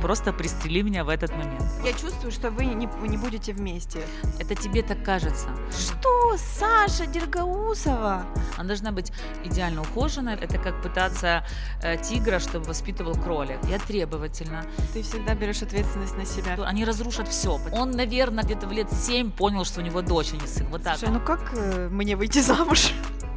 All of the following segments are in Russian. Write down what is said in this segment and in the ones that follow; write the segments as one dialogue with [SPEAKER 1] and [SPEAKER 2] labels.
[SPEAKER 1] просто пристрели меня в этот момент.
[SPEAKER 2] Я чувствую, что вы не будете вместе.
[SPEAKER 1] Это тебе так кажется.
[SPEAKER 2] Что? Саша Дергаусова?
[SPEAKER 1] Она должна быть идеально ухоженная. Это как пытаться тигра, чтобы воспитывал кролик. Я требовательна.
[SPEAKER 2] Ты всегда берешь ответственность на себя.
[SPEAKER 1] Они разрушат все. Он, наверное, где-то в лет 7 понял, что у него дочь, а не сын. Вот так.
[SPEAKER 2] Слушай, ну как мне выйти замуж?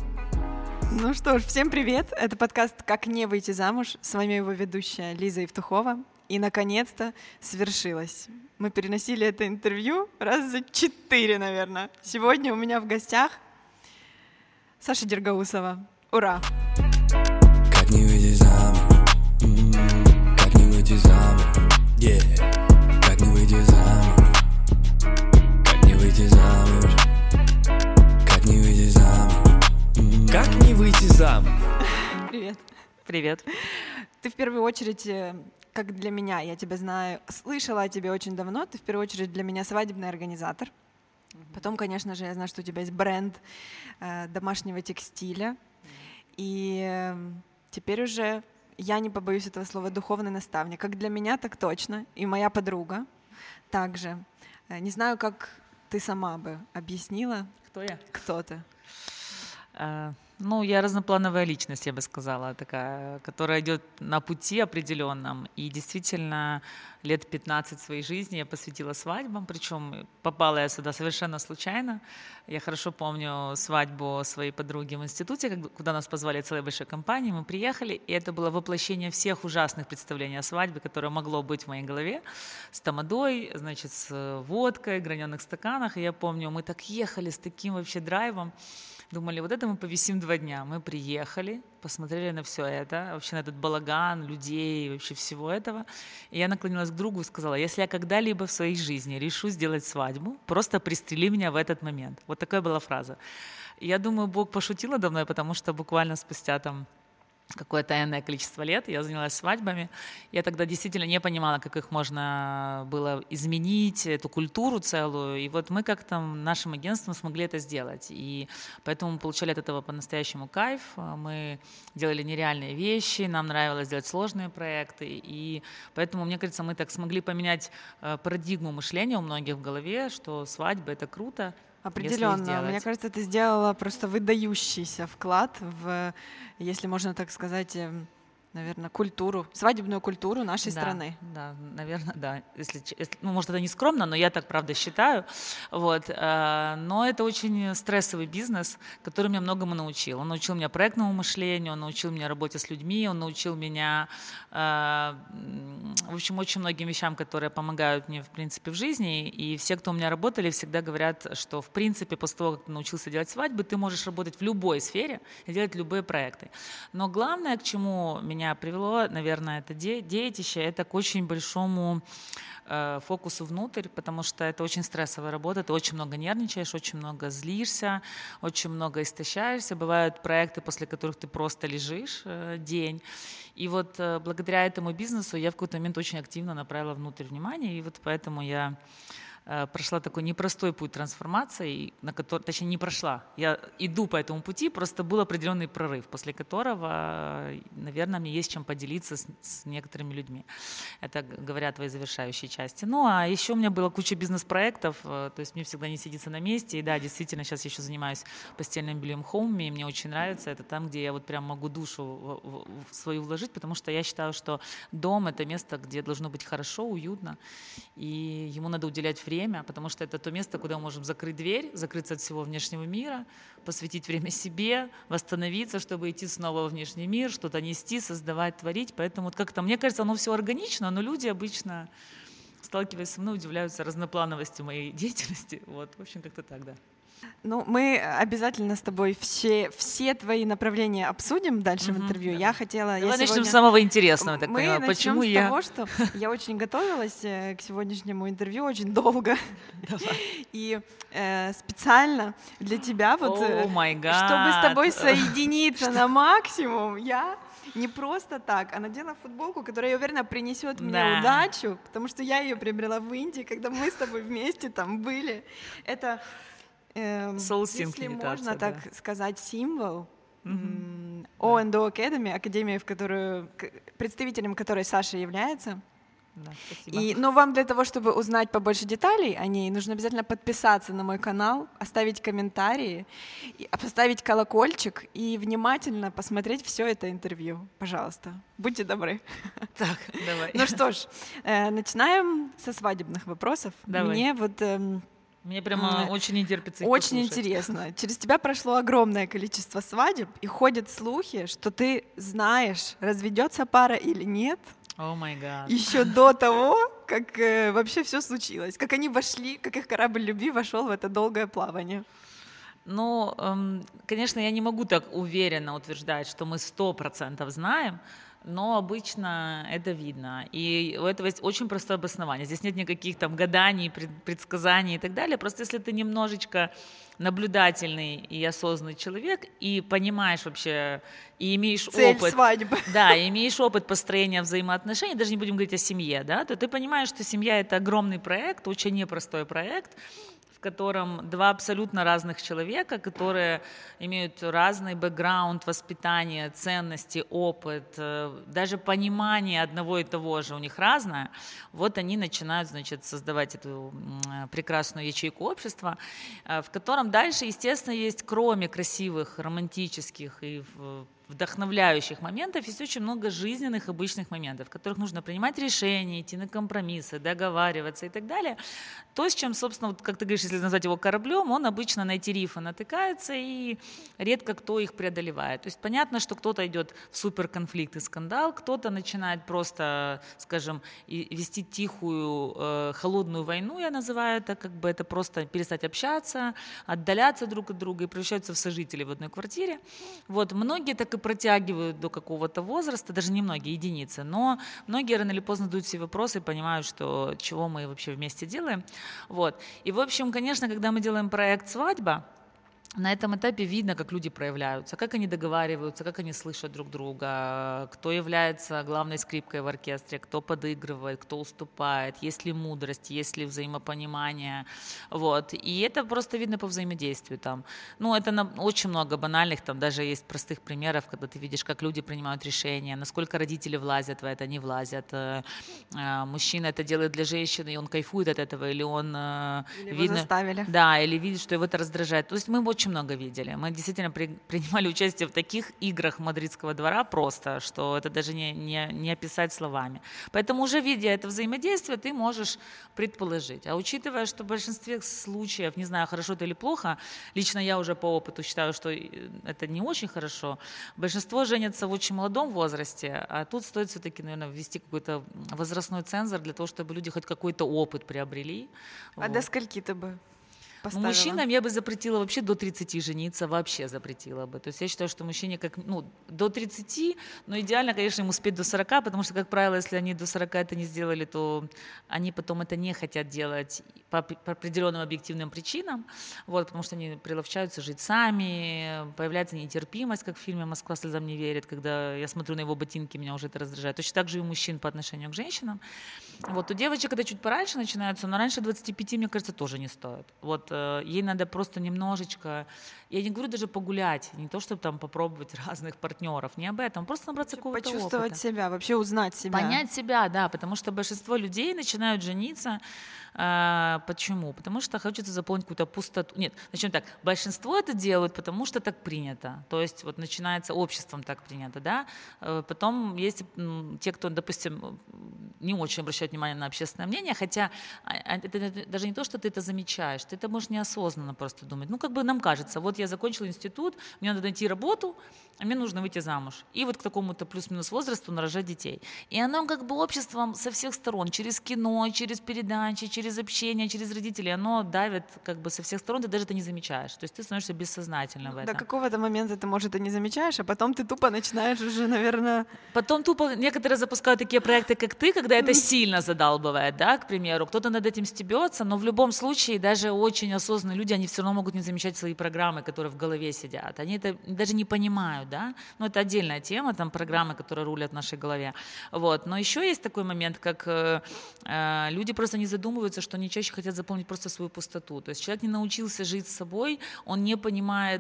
[SPEAKER 2] Ну что ж, всем привет. Это подкаст «Как не выйти замуж». С вами его ведущая Лиза Евтухова. И, наконец-то, свершилось. Мы переносили это интервью раз за 4, наверное. Сегодня у меня в гостях Саша Дергаусова. Ура!
[SPEAKER 3] Как не выйти замуж? Как не выйти замуж? Как не выйти замуж? Как не выйти замуж? Как не выйти замуж? Как не выйти замуж?
[SPEAKER 2] Привет.
[SPEAKER 1] Привет.
[SPEAKER 2] Ты в первую очередь, как для меня, я тебя знаю, слышала о тебе очень давно, ты в первую очередь для меня свадебный организатор. Потом, конечно же, я знаю, что у тебя есть бренд домашнего текстиля. И теперь уже, я не побоюсь этого слова, духовный наставник. Как для меня, так точно. И моя подруга также. Не знаю, как ты сама бы объяснила.
[SPEAKER 1] Кто я?
[SPEAKER 2] Кто ты?
[SPEAKER 1] Ну, я разноплановая личность, я бы сказала, такая, которая идет на пути определенном. И действительно, лет 15 своей жизни я посвятила свадьбам, причем попала я сюда совершенно случайно. Я хорошо помню свадьбу своей подруги в институте, куда нас позвали целой большой компанией. Мы приехали, и это было воплощение всех ужасных представлений о свадьбе, которое могло быть в моей голове. С тамадой, значит, с водкой, граненых стаканах. И я помню, мы так ехали с таким вообще драйвом. Думали, вот это мы повисим 2 дня. Мы приехали, посмотрели на все это, вообще на этот балаган людей, вообще всего этого. И я наклонилась к другу и сказала, если я когда-либо в своей жизни решу сделать свадьбу, просто пристрели меня в этот момент. Вот такая была фраза. И я думаю, Бог пошутил надо мной, потому что буквально спустя какое-то энное количество лет я занялась свадьбами. Я тогда действительно не понимала, как их можно было изменить, эту культуру целую. И вот мы как-то нашим агентством смогли это сделать. И поэтому мы получали от этого по-настоящему кайф. Мы делали нереальные вещи, нам нравилось делать сложные проекты. И поэтому, мне кажется, мы так смогли поменять парадигму мышления у многих в голове, что свадьба — это круто.
[SPEAKER 2] Определенно. Мне кажется, ты сделала просто выдающийся вклад в, если можно так сказать, наверное, культуру, свадебную культуру нашей страны.
[SPEAKER 1] Да, наверное, да. Если, ну, может, это не скромно, но я так, правда, считаю. Вот. Но это очень стрессовый бизнес, который меня многому научил. Он научил меня проектному мышлению, он научил меня работе с людьми, он научил меня, в общем, очень многим вещам, которые помогают мне, в принципе, в жизни. И все, кто у меня работали, всегда говорят, что, в принципе, после того, как ты научился делать свадьбы, ты можешь работать в любой сфере и делать любые проекты. Но главное, к чему меня привело, наверное, это детище, это к очень большому фокусу внутрь, потому что это очень стрессовая работа, ты очень много нервничаешь, очень много злишься, очень много истощаешься. Бывают проекты, после которых ты просто лежишь день. И вот благодаря этому бизнесу я в какой-то момент очень активно направила внутрь внимание, и вот поэтому я прошла такой непростой путь трансформации, точнее, не прошла. Я иду по этому пути, просто был определенный прорыв, после которого, наверное, мне есть чем поделиться с некоторыми людьми. Это говорят твои завершающие части. Ну, а еще у меня была куча бизнес-проектов, то есть мне всегда не сидится на месте. И да, действительно, сейчас я еще занимаюсь постельным бельем Home, и мне очень нравится. Это там, где я вот прям могу душу в свою вложить, потому что я считаю, что дом — это место, где должно быть хорошо, уютно, и ему надо уделять время, потому что это то место, куда мы можем закрыть дверь, закрыться от всего внешнего мира, посвятить время себе, восстановиться, чтобы идти снова во внешний мир, что-то нести, создавать, творить. Поэтому вот как-то, мне кажется, оно все органично, но люди обычно, сталкиваясь со мной, удивляются разноплановости моей деятельности. Вот, в общем, как-то так, да.
[SPEAKER 2] Ну, мы обязательно с тобой все твои направления обсудим дальше в интервью. Я хотела...
[SPEAKER 1] Давай начнем с самого интересного, так понимаю.
[SPEAKER 2] Почему я... Мы начнем с того, что я очень готовилась к сегодняшнему интервью очень долго. И специально для тебя, вот, чтобы с тобой соединиться на максимум, я не просто так, а надела футболку, которая, я уверена, принесет мне удачу, потому что я ее приобрела в Индии, когда мы с тобой вместе там были. Это... если можно так сказать, символ O&O Academy, академия, представителем которой Саша является,
[SPEAKER 1] Да, спасибо.
[SPEAKER 2] Но вам для того, чтобы узнать побольше деталей о ней, нужно обязательно подписаться на мой канал, оставить комментарии, поставить колокольчик и внимательно посмотреть все это интервью. Пожалуйста, будьте добры.
[SPEAKER 1] Так, давай.
[SPEAKER 2] Ну что ж, начинаем со свадебных вопросов.
[SPEAKER 1] Давай. Мне прямо очень не терпится их
[SPEAKER 2] Очень
[SPEAKER 1] послушать.
[SPEAKER 2] интересно. Через тебя прошло огромное количество свадеб, и ходят слухи, что ты знаешь, разведется пара или нет.
[SPEAKER 1] О май гад.
[SPEAKER 2] Еще до того, как вообще все случилось, как они вошли, как их корабль любви вошел в это долгое плавание.
[SPEAKER 1] Ну, конечно, я не могу так уверенно утверждать, что мы 100% знаем, но обычно это видно. И у этого есть очень простое обоснование. Здесь нет никаких там гаданий, предсказаний и так далее. Просто если ты немножечко наблюдательный и осознанный человек, и понимаешь вообще, и имеешь
[SPEAKER 2] цель
[SPEAKER 1] опыт...
[SPEAKER 2] свадьбы.
[SPEAKER 1] Да, и имеешь опыт построения взаимоотношений, даже не будем говорить о семье, да, то ты понимаешь, что семья — это огромный проект, очень непростой проект, в котором два абсолютно разных человека, которые имеют разный бэкграунд, воспитание, ценности, опыт, даже понимание одного и того же у них разное, вот они начинают, значит, создавать эту прекрасную ячейку общества, в котором дальше, естественно, есть, кроме красивых, романтических и вдохновляющих моментов, есть очень много жизненных, обычных моментов, в которых нужно принимать решения, идти на компромиссы, договариваться и так далее. То, с чем, собственно, вот, как ты говоришь, если назвать его кораблем, он обычно на эти рифы натыкается, и редко кто их преодолевает. То есть понятно, что кто-то идет в суперконфликт и скандал, кто-то начинает просто, скажем, вести тихую, холодную войну, я называю это, как бы это просто перестать общаться, отдаляться друг от друга и превращаются в сожителей в одной квартире. Вот, многие так и протягивают до какого-то возраста, даже не многие, единицы, но многие рано или поздно задают себе вопросы и понимают, что чего мы вообще вместе делаем. Вот. И, в общем, конечно, когда мы делаем проект «Свадьба», на этом этапе видно, как люди проявляются, как они договариваются, как они слышат друг друга, кто является главной скрипкой в оркестре, кто подыгрывает, кто уступает, есть ли мудрость, есть ли взаимопонимание. Вот. И это просто видно по взаимодействию. Там. Ну, это очень много банальных, там даже есть простых примеров, когда ты видишь, как люди принимают решения, насколько родители влазят в это, не влазят. Мужчина это делает для женщины, и он кайфует от этого, или он...
[SPEAKER 2] Или его заставили.
[SPEAKER 1] Да, или видит, что его это раздражает. То есть мы очень много видели. Мы действительно принимали участие в таких играх мадридского двора просто, что это даже не описать словами. Поэтому уже видя это взаимодействие, ты можешь предположить. А учитывая, что в большинстве случаев, не знаю, хорошо это или плохо, лично я уже по опыту считаю, что это не очень хорошо, большинство женятся в очень молодом возрасте, а тут стоит все-таки, наверное, ввести какой-то возрастной цензор для того, чтобы люди хоть какой-то опыт приобрели.
[SPEAKER 2] А вот. До скольки ты бы поставила?
[SPEAKER 1] Мужчинам я бы запретила вообще до 30 жениться, вообще запретила бы. То есть я считаю, что мужчине до 30, но идеально, конечно, им успеть до 40, потому что, как правило, если они до 40 это не сделали, то они потом это не хотят делать по определенным объективным причинам, вот, потому что они приловчаются жить сами, появляется нетерпимость, как в фильме «Москва слезам не верит», когда я смотрю на его ботинки, меня уже это раздражает. Точно так же и у мужчин по отношению к женщинам. Вот, у девочек это чуть пораньше начинаются, но раньше 25, мне кажется, тоже не стоит. Вот, ей надо просто немножечко, я не говорю даже погулять, не то, чтобы там попробовать разных партнеров, не об этом, просто набраться какого-то опыта.
[SPEAKER 2] Почувствовать себя, вообще узнать себя.
[SPEAKER 1] Понять себя, да, потому что большинство людей начинают жениться. Почему? Потому что хочется заполнить какую-то пустоту. Нет, начнем так. Большинство это делают, потому что так принято. То есть вот начинается обществом так принято, да. Потом есть те, кто, допустим, не очень обращают внимание на общественное мнение, хотя это даже не то, что ты это замечаешь, ты это можешь неосознанно просто думать. Ну, как бы нам кажется, вот я закончил институт, мне надо найти работу, а мне нужно выйти замуж. И вот к такому-то плюс-минус возрасту нарожать детей. И оно как бы обществом со всех сторон, через кино, через передачи, через общение, через родителей, оно давит как бы со всех сторон, ты даже это не замечаешь. То есть ты становишься бессознательно в этом.
[SPEAKER 2] До какого-то момента ты, может, и не замечаешь, а потом ты тупо начинаешь уже, наверное...
[SPEAKER 1] Потом тупо некоторые запускают такие проекты, как ты, когда это сильно задалбывает, да, к примеру. Кто-то над этим стебется, но в любом случае даже очень очень осознанные люди, они все равно могут не замечать свои программы, которые в голове сидят. Они это даже не понимают, да. Но это отдельная тема, там программы, которые рулят в нашей голове. Вот. Но еще есть такой момент, как люди просто не задумываются, что они чаще хотят заполнить просто свою пустоту. То есть человек не научился жить с собой, он не понимает,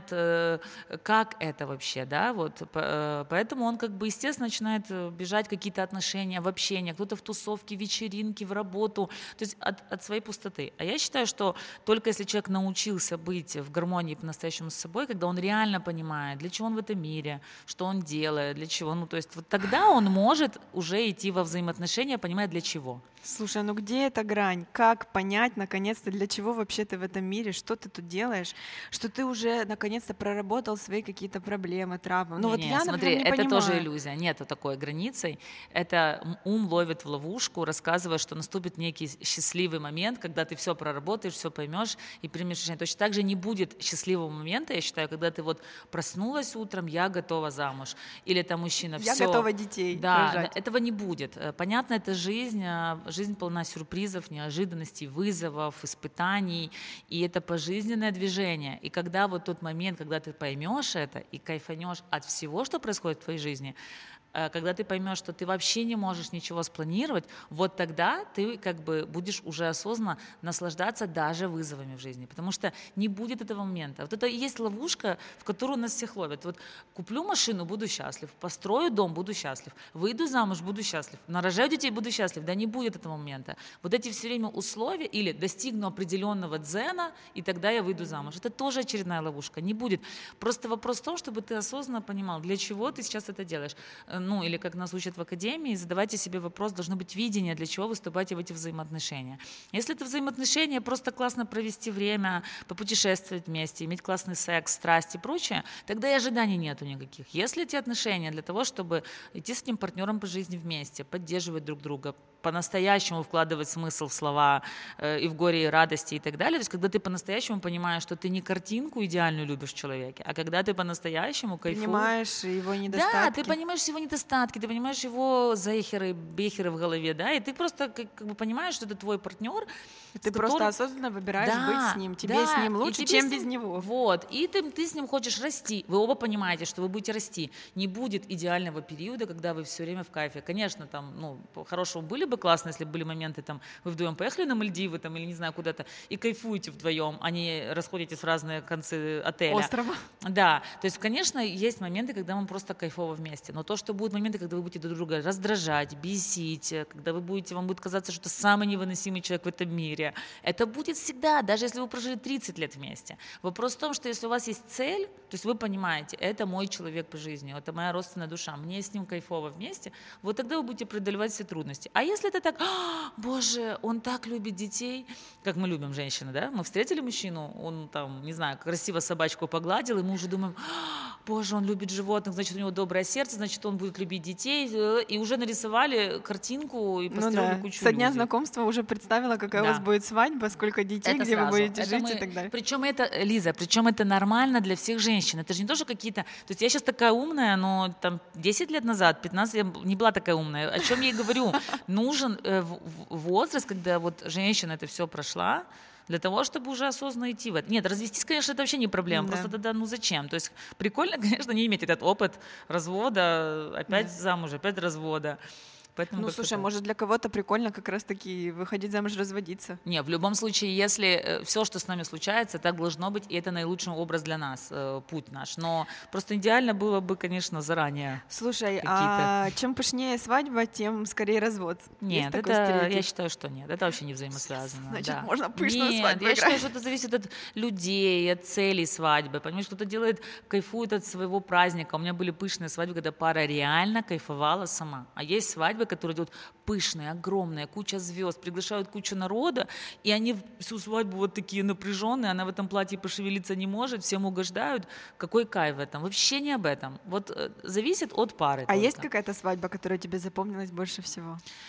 [SPEAKER 1] как это вообще, да, вот. Поэтому он как бы, естественно, начинает бежать в какие-то отношения, в общение, кто-то в тусовке, вечеринки, в работу, то есть от своей пустоты. А я считаю, что только если человек научился быть в гармонии по-настоящему с собой, когда он реально понимает, для чего он в этом мире, что он делает, для чего, ну, то есть вот тогда он может уже идти во взаимоотношения, понимая, для чего.
[SPEAKER 2] Слушай, ну где эта грань? Как понять, наконец-то, для чего вообще ты в этом мире, что ты тут делаешь, что ты уже, наконец-то, проработал свои какие-то проблемы, травмы? Ну вот я,
[SPEAKER 1] смотри,
[SPEAKER 2] например, не
[SPEAKER 1] это
[SPEAKER 2] понимаю.
[SPEAKER 1] тоже иллюзия, нету такой границы. Это ум ловит в ловушку, рассказывая, что наступит некий счастливый момент, когда ты все проработаешь, все поймешь и примешь решение. Точно так же не будет счастливого момента, я считаю, когда ты вот проснулась утром, я готова замуж, или там мужчина, все.
[SPEAKER 2] Я готова детей
[SPEAKER 1] да,
[SPEAKER 2] рожать.
[SPEAKER 1] Этого не будет. Понятно, это жизнь полна сюрпризов, неожиданностей, вызовов, испытаний, и это пожизненное движение. И когда вот тот момент, когда ты поймешь это и кайфанешь от всего, что происходит в твоей жизни, когда ты поймешь, что ты вообще не можешь ничего спланировать, вот тогда ты как бы будешь уже осознанно наслаждаться даже вызовами в жизни, потому что не будет этого момента. Вот это и есть ловушка, в которую нас всех ловят. Вот куплю машину, буду счастлив, построю дом, буду счастлив, выйду замуж, буду счастлив, нарожаю детей, буду счастлив. Да не будет этого момента. Вот эти все время условия или достигну определенного дзена, и тогда я выйду замуж. Это тоже очередная ловушка. Не будет. Просто вопрос в том, чтобы ты осознанно понимал, для чего ты сейчас это делаешь. Ну, или как нас учат в академии, задавайте себе вопрос, должно быть видение, для чего вы вступаете в эти взаимоотношения. Если это взаимоотношения, просто классно провести время, попутешествовать вместе, иметь классный секс, страсть и прочее, тогда и ожиданий нету никаких. Если эти отношения для того, чтобы идти с этим партнером по жизни вместе, поддерживать друг друга, по-настоящему вкладывать смысл в слова и в горе, и радости и так далее, то есть когда ты по-настоящему понимаешь, что ты не картинку идеальную любишь в человеке, а когда ты по-настоящему кайфуешь.
[SPEAKER 2] Понимаешь его недостатки.
[SPEAKER 1] Да, ты понимаешь его недостатки, ты понимаешь его захеры, бехеры в голове, да, и ты просто как бы понимаешь, что это твой партнер.
[SPEAKER 2] Ты просто осознанно выбираешь быть с ним. Тебе с ним лучше, чем без него.
[SPEAKER 1] Вот, и ты с ним хочешь расти. Вы оба понимаете, что вы будете расти. Не будет идеального периода, когда вы все время в кайфе. Конечно, там, ну, по-хорошему были бы классно, если бы были моменты, там, вы вдвоем поехали на Мальдивы, там, или не знаю, куда-то, и кайфуете вдвоем, а не расходитесь в разные концы отеля.
[SPEAKER 2] Острова.
[SPEAKER 1] Да, то есть, конечно, есть моменты, когда мы просто кайфово вместе, но то, что будут моменты, когда вы будете друг друга раздражать, бесить, когда вам будет казаться, что это самый невыносимый человек в этом мире, это будет всегда, даже если вы прожили 30 лет вместе. Вопрос в том, что если у вас есть цель, то есть вы понимаете, это мой человек по жизни, это моя родственная душа, мне с ним кайфово вместе, вот тогда вы будете преодолевать все трудности. А если это так, боже, он так любит детей, как мы любим женщины, да, мы встретили мужчину, он там, не знаю, красиво собачку погладил, и мы уже думаем, боже, он любит животных, значит, у него доброе сердце, значит, он будет любить детей, и уже нарисовали картинку и построили кучу
[SPEAKER 2] Со дня
[SPEAKER 1] иллюзий.
[SPEAKER 2] знакомства уже представила, какая у вас будет свадьба, сколько детей,
[SPEAKER 1] это
[SPEAKER 2] где
[SPEAKER 1] сразу.
[SPEAKER 2] вы будете
[SPEAKER 1] это
[SPEAKER 2] жить и так далее.
[SPEAKER 1] Причем это, Лиза, это нормально для всех женщин. Это же не то, что какие-то... То есть я сейчас такая умная, но там 10 лет назад, 15, я не была такая умная. О чем я и говорю? Нужен возраст, когда вот женщина это все прошла, для того, чтобы уже осознанно идти в это. Нет, развестись, конечно, это вообще не проблема. Да. Просто тогда, ну зачем? То есть прикольно, конечно, не иметь этот опыт развода, опять замуж, опять развода. Поэтому
[SPEAKER 2] ну, слушай, может, для кого-то прикольно как раз-таки выходить замуж, разводиться.
[SPEAKER 1] Не, в любом случае, если все, что с нами случается, так должно быть, и это наилучший образ для нас, путь наш. Но просто идеально было бы, конечно, заранее.
[SPEAKER 2] Слушай, а чем пышнее свадьба, тем скорее развод?
[SPEAKER 1] Нет, это, я считаю, что нет. Это вообще не взаимосвязано.
[SPEAKER 2] Значит,
[SPEAKER 1] да.
[SPEAKER 2] можно пышную свадьбу
[SPEAKER 1] я
[SPEAKER 2] играть.
[SPEAKER 1] считаю, что это зависит от людей, от целей свадьбы. Понимаешь, кто-то кайфует от своего праздника. У меня были пышные свадьбы, когда пара реально кайфовала сама. А есть свадьбы, которые идут пышные, огромные, куча звезд, приглашают кучу народа, и они всю свадьбу вот такие напряженные, она в этом платье пошевелиться не может, всем угождают. Какой кайф в этом? Вообще не об этом. Вот зависит от пары.
[SPEAKER 2] А только. Есть какая-то свадьба, которая тебе запомнилась больше всего?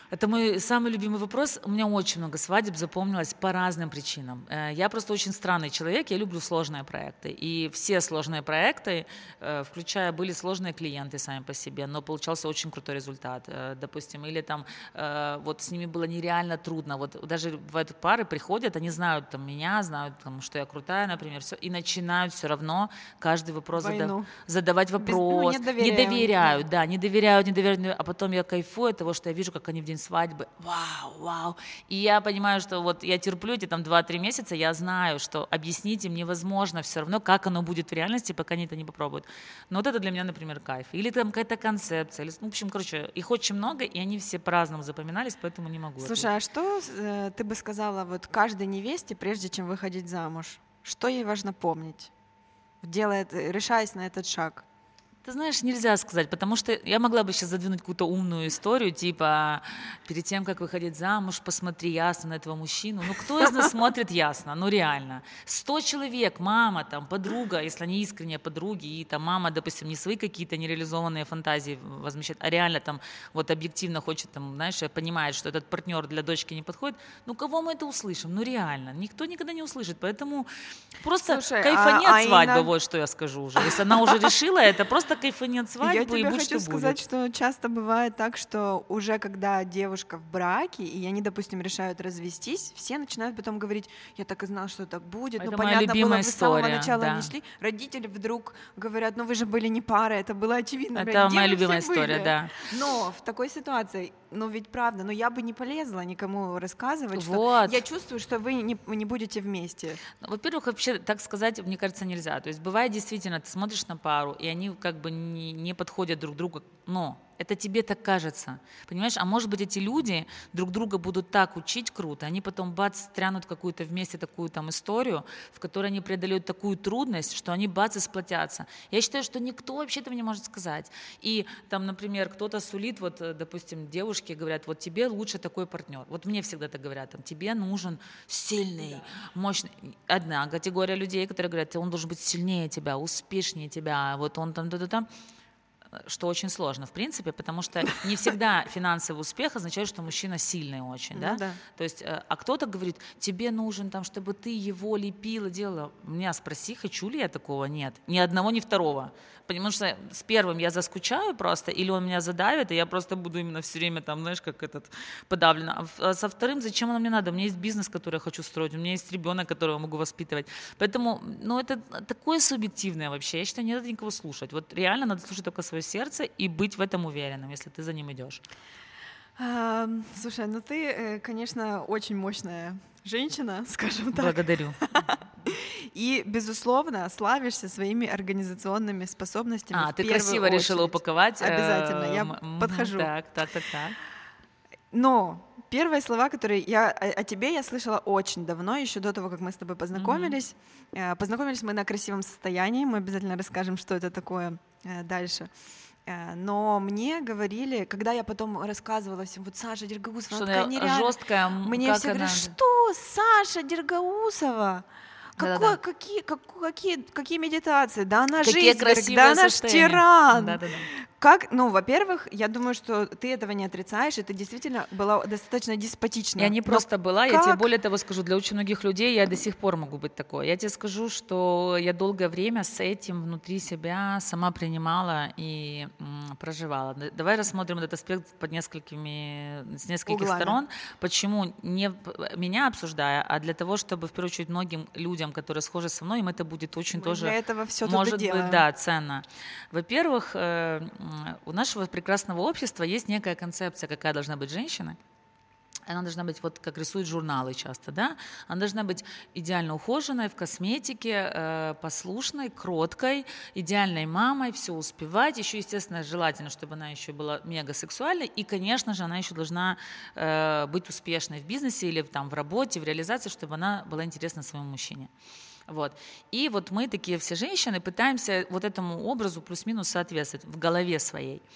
[SPEAKER 1] Это мой самый любимый вопрос. У меня очень много свадеб запомнилось по разным причинам. Я просто очень странный человек, я люблю сложные проекты. И все сложные проекты, включая, были сложные клиенты сами по себе, но получался очень крутой результат, допустим. Или там вот с ними было нереально трудно. Вот даже в эту пары приходят, они знают там меня, знают, там, что я крутая, например, все, и начинают все равно каждый вопрос задавать вопрос. Не доверяют, а потом я кайфую от того, что я вижу, как они в день свадьбы, вау, и я понимаю, что вот я терплю эти там 2-3 месяца, я знаю, что объяснить им невозможно все равно, как оно будет в реальности, пока они это не попробуют. Но вот это для меня, например, кайф. Или там какая-то концепция, или, в общем, короче, их очень много, и они все по-разному запоминались, поэтому не могу.
[SPEAKER 2] Слушай, а что ты бы сказала вот каждой невесте, прежде чем выходить замуж? Что ей важно помнить, решаясь на этот шаг?
[SPEAKER 1] Ты знаешь, нельзя сказать, потому что я могла бы сейчас задвинуть какую-то умную историю, типа перед тем, как выходить замуж, посмотри ясно на этого мужчину. Ну, кто из нас смотрит ясно? Ну, реально. 100 человек, мама, там, подруга, если они искренние подруги, и там мама, допустим, не свои какие-то нереализованные фантазии возмещает, а реально там вот объективно хочет, там, знаешь, понимает, что этот партнер для дочки не подходит. Ну, кого мы это услышим? Ну, реально. Никто никогда не услышит. Поэтому просто кайфани от свадьбы, вот что я скажу уже. Если она уже решила, это просто кайфани от свадьбы,
[SPEAKER 2] я тебе
[SPEAKER 1] и будь
[SPEAKER 2] хочу
[SPEAKER 1] что
[SPEAKER 2] сказать,
[SPEAKER 1] будет.
[SPEAKER 2] что часто бывает так, что уже когда девушка в браке, и они, допустим, решают развестись, все начинают потом говорить, я так и знала, что так будет.
[SPEAKER 1] Это
[SPEAKER 2] ну,
[SPEAKER 1] моя
[SPEAKER 2] понятно
[SPEAKER 1] любимая
[SPEAKER 2] было, вы с самого
[SPEAKER 1] история,
[SPEAKER 2] начала
[SPEAKER 1] да.
[SPEAKER 2] не шли. Родители вдруг говорят, ну вы же были не пара, это было очевидно.
[SPEAKER 1] Это моя любимая история, да.
[SPEAKER 2] Но в такой ситуации, ну ведь правда, но я бы не полезла никому рассказывать,
[SPEAKER 1] Вот.
[SPEAKER 2] что я чувствую, что вы не будете вместе.
[SPEAKER 1] Во-первых, вообще так сказать, мне кажется, нельзя. То есть бывает действительно, ты смотришь на пару, и они как бы не подходят друг другу, но это тебе так кажется, понимаешь? А может быть, эти люди друг друга будут так учить круто, они потом бац, стрянут какую-то вместе такую там историю, в которой они преодолеют такую трудность, что они бац и сплотятся. Я считаю, что никто вообще этого не может сказать. И там, например, кто-то сулит, вот, допустим, девушки говорят, вот тебе лучше такой партнер. Вот мне всегда так говорят, там, тебе нужен сильный, мощный. Одна категория людей, которые говорят, он должен быть сильнее тебя, успешнее тебя, вот он там, там. Что очень сложно, в принципе, потому что не всегда финансовый успех означает, что мужчина сильный очень, да?
[SPEAKER 2] Да.
[SPEAKER 1] То есть, а кто-то говорит, тебе нужен, там, чтобы ты его лепила, делала. Меня спроси, хочу ли я такого? Нет. Ни одного, ни второго. Потому что с первым я заскучаю просто, или он меня задавит, и я просто буду именно все время там, знаешь, как подавлена. А со вторым, зачем оно мне надо? У меня есть бизнес, который я хочу строить, у меня есть ребенок, которого я могу воспитывать. Поэтому, ну, это такое субъективное вообще. Я считаю, не надо никого слушать. Вот реально надо слушать только свое сердце и быть в этом уверенным, если ты за ним идешь.
[SPEAKER 2] Слушай, ну ты, конечно, очень мощная женщина, скажем так.
[SPEAKER 1] Благодарю.
[SPEAKER 2] И, безусловно, славишься своими организационными способностями.
[SPEAKER 1] Ты красиво решила упаковать.
[SPEAKER 2] Обязательно, я подхожу.
[SPEAKER 1] Так.
[SPEAKER 2] Но первые слова, которые о тебе я слышала очень давно, еще до того, как мы с тобой познакомились. Познакомились мы на красивом состоянии, мы обязательно расскажем, что это такое дальше. Но мне говорили, когда я потом рассказывала всем, вот Саша Дергаусова,
[SPEAKER 1] что
[SPEAKER 2] она такая нереальная.
[SPEAKER 1] Жесткая,
[SPEAKER 2] мне все говорят, что Саша Дергаусова? Какие медитации? Да она жизнь, да она ж тиран.
[SPEAKER 1] Да.
[SPEAKER 2] Как, ну, во-первых, я думаю, что ты этого не отрицаешь, и ты действительно была достаточно деспотична.
[SPEAKER 1] Я не просто была, я тебе более того скажу, для очень многих людей я до сих пор могу быть такой. Я тебе скажу, что я долгое время с этим внутри себя сама принимала и проживала. Давай рассмотрим этот аспект с нескольких сторон. Почему не меня обсуждая, а для того, чтобы, в первую очередь, многим людям, которые схожи со мной, им это будет очень тоже,
[SPEAKER 2] для этого все
[SPEAKER 1] может быть, да, ценно. Во-первых, у нашего прекрасного общества есть некая концепция, какая должна быть женщина. Она должна быть, вот как рисуют журналы часто, да? Она должна быть идеально ухоженной, в косметике, послушной, кроткой, идеальной мамой, все успевать. Еще, естественно, желательно, чтобы она еще была мега сексуальной. И, конечно же, она еще должна быть успешной в бизнесе или там, в работе, в реализации, чтобы она была интересна своему мужчине. Вот. И вот мы такие все женщины пытаемся вот этому образу плюс-минус соответствовать в голове своей.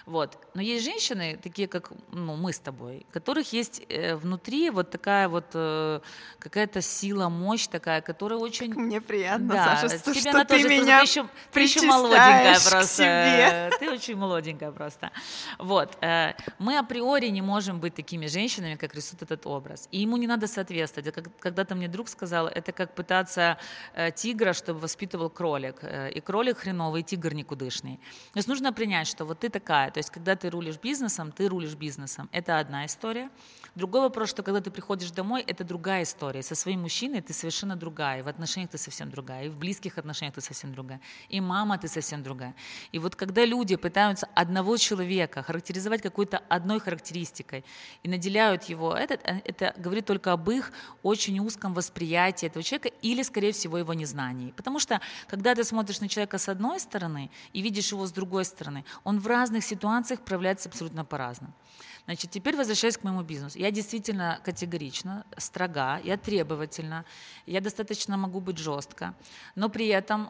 [SPEAKER 1] Вот. Но есть женщины, такие как мы с тобой, у которых есть внутри вот такая вот какая-то сила, мощь такая, которая очень...
[SPEAKER 2] Как мне приятно,
[SPEAKER 1] да,
[SPEAKER 2] Саша, что
[SPEAKER 1] ты
[SPEAKER 2] ты меня
[SPEAKER 1] ты еще молоденькая просто.
[SPEAKER 2] К себе.
[SPEAKER 1] Ты очень молоденькая просто. Вот. Мы априори не можем быть такими женщинами, как рисует этот образ. И ему не надо соответствовать. Когда-то мне друг сказал, это как пытаться тигра, чтобы воспитывал кролик. И кролик хреновый, и тигр никудышный. То есть нужно принять, что вот ты такая. То есть когда ты рулишь бизнесом, ты рулишь бизнесом. Это одна история. Другой вопрос, что когда ты приходишь домой, это другая история. Со своим мужчиной ты совершенно другая. И в отношениях ты совсем другая. И в близких отношениях ты совсем другая. И мама ты совсем другая. И вот когда люди пытаются одного человека характеризовать какой-то одной характеристикой и наделяют его, это говорит только об их очень узком восприятии этого человека или, скорее всего, его незнании. Потому что, когда ты смотришь на человека с одной стороны и видишь его с другой стороны, он в разных ситуациях проявляется абсолютно по-разному. Значит, теперь возвращаясь к моему бизнесу. Я действительно категорична, строга, я требовательна, я достаточно могу быть жестко, но при этом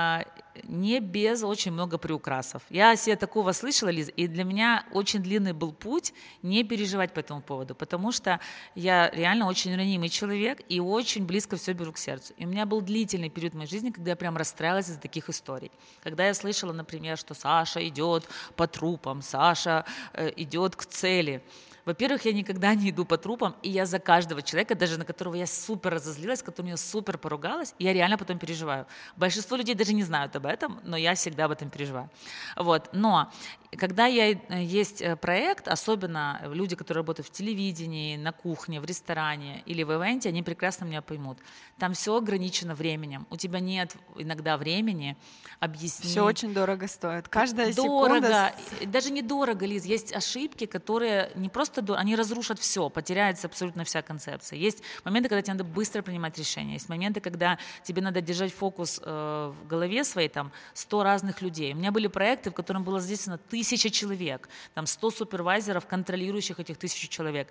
[SPEAKER 1] не без очень много приукрасов. Я о себе такого слышала, Лиза, и для меня очень длинный был путь не переживать по этому поводу, потому что я реально очень ранимый человек и очень близко все беру к сердцу. И у меня был длительный период в моей жизни, когда я прям расстраивалась из-за таких историй. Когда я слышала, например, что Саша идет по трупам, Саша идет к цели. Во-первых, я никогда не иду по трупам, и я за каждого человека, даже на которого я супер разозлилась, с которым я супер поругалась, я реально потом переживаю. Большинство людей даже не знают об этом, но я всегда об этом переживаю. Вот. Но когда есть проект, особенно люди, которые работают в телевидении, на кухне, в ресторане или в ивенте, они прекрасно меня поймут. Там все ограничено временем. У тебя нет иногда времени объяснить.
[SPEAKER 2] Все очень дорого стоит. Каждая
[SPEAKER 1] дорого,
[SPEAKER 2] секунда...
[SPEAKER 1] даже недорого, Лиз. Есть ошибки, которые не просто они разрушат все, потеряется абсолютно вся концепция. Есть моменты, когда тебе надо быстро принимать решения. Есть моменты, когда тебе надо держать фокус в голове своей, там 100 разных людей. У меня были проекты, в которых было задействовано 1000 человек, там 100 супервайзеров, контролирующих этих 1000 человек.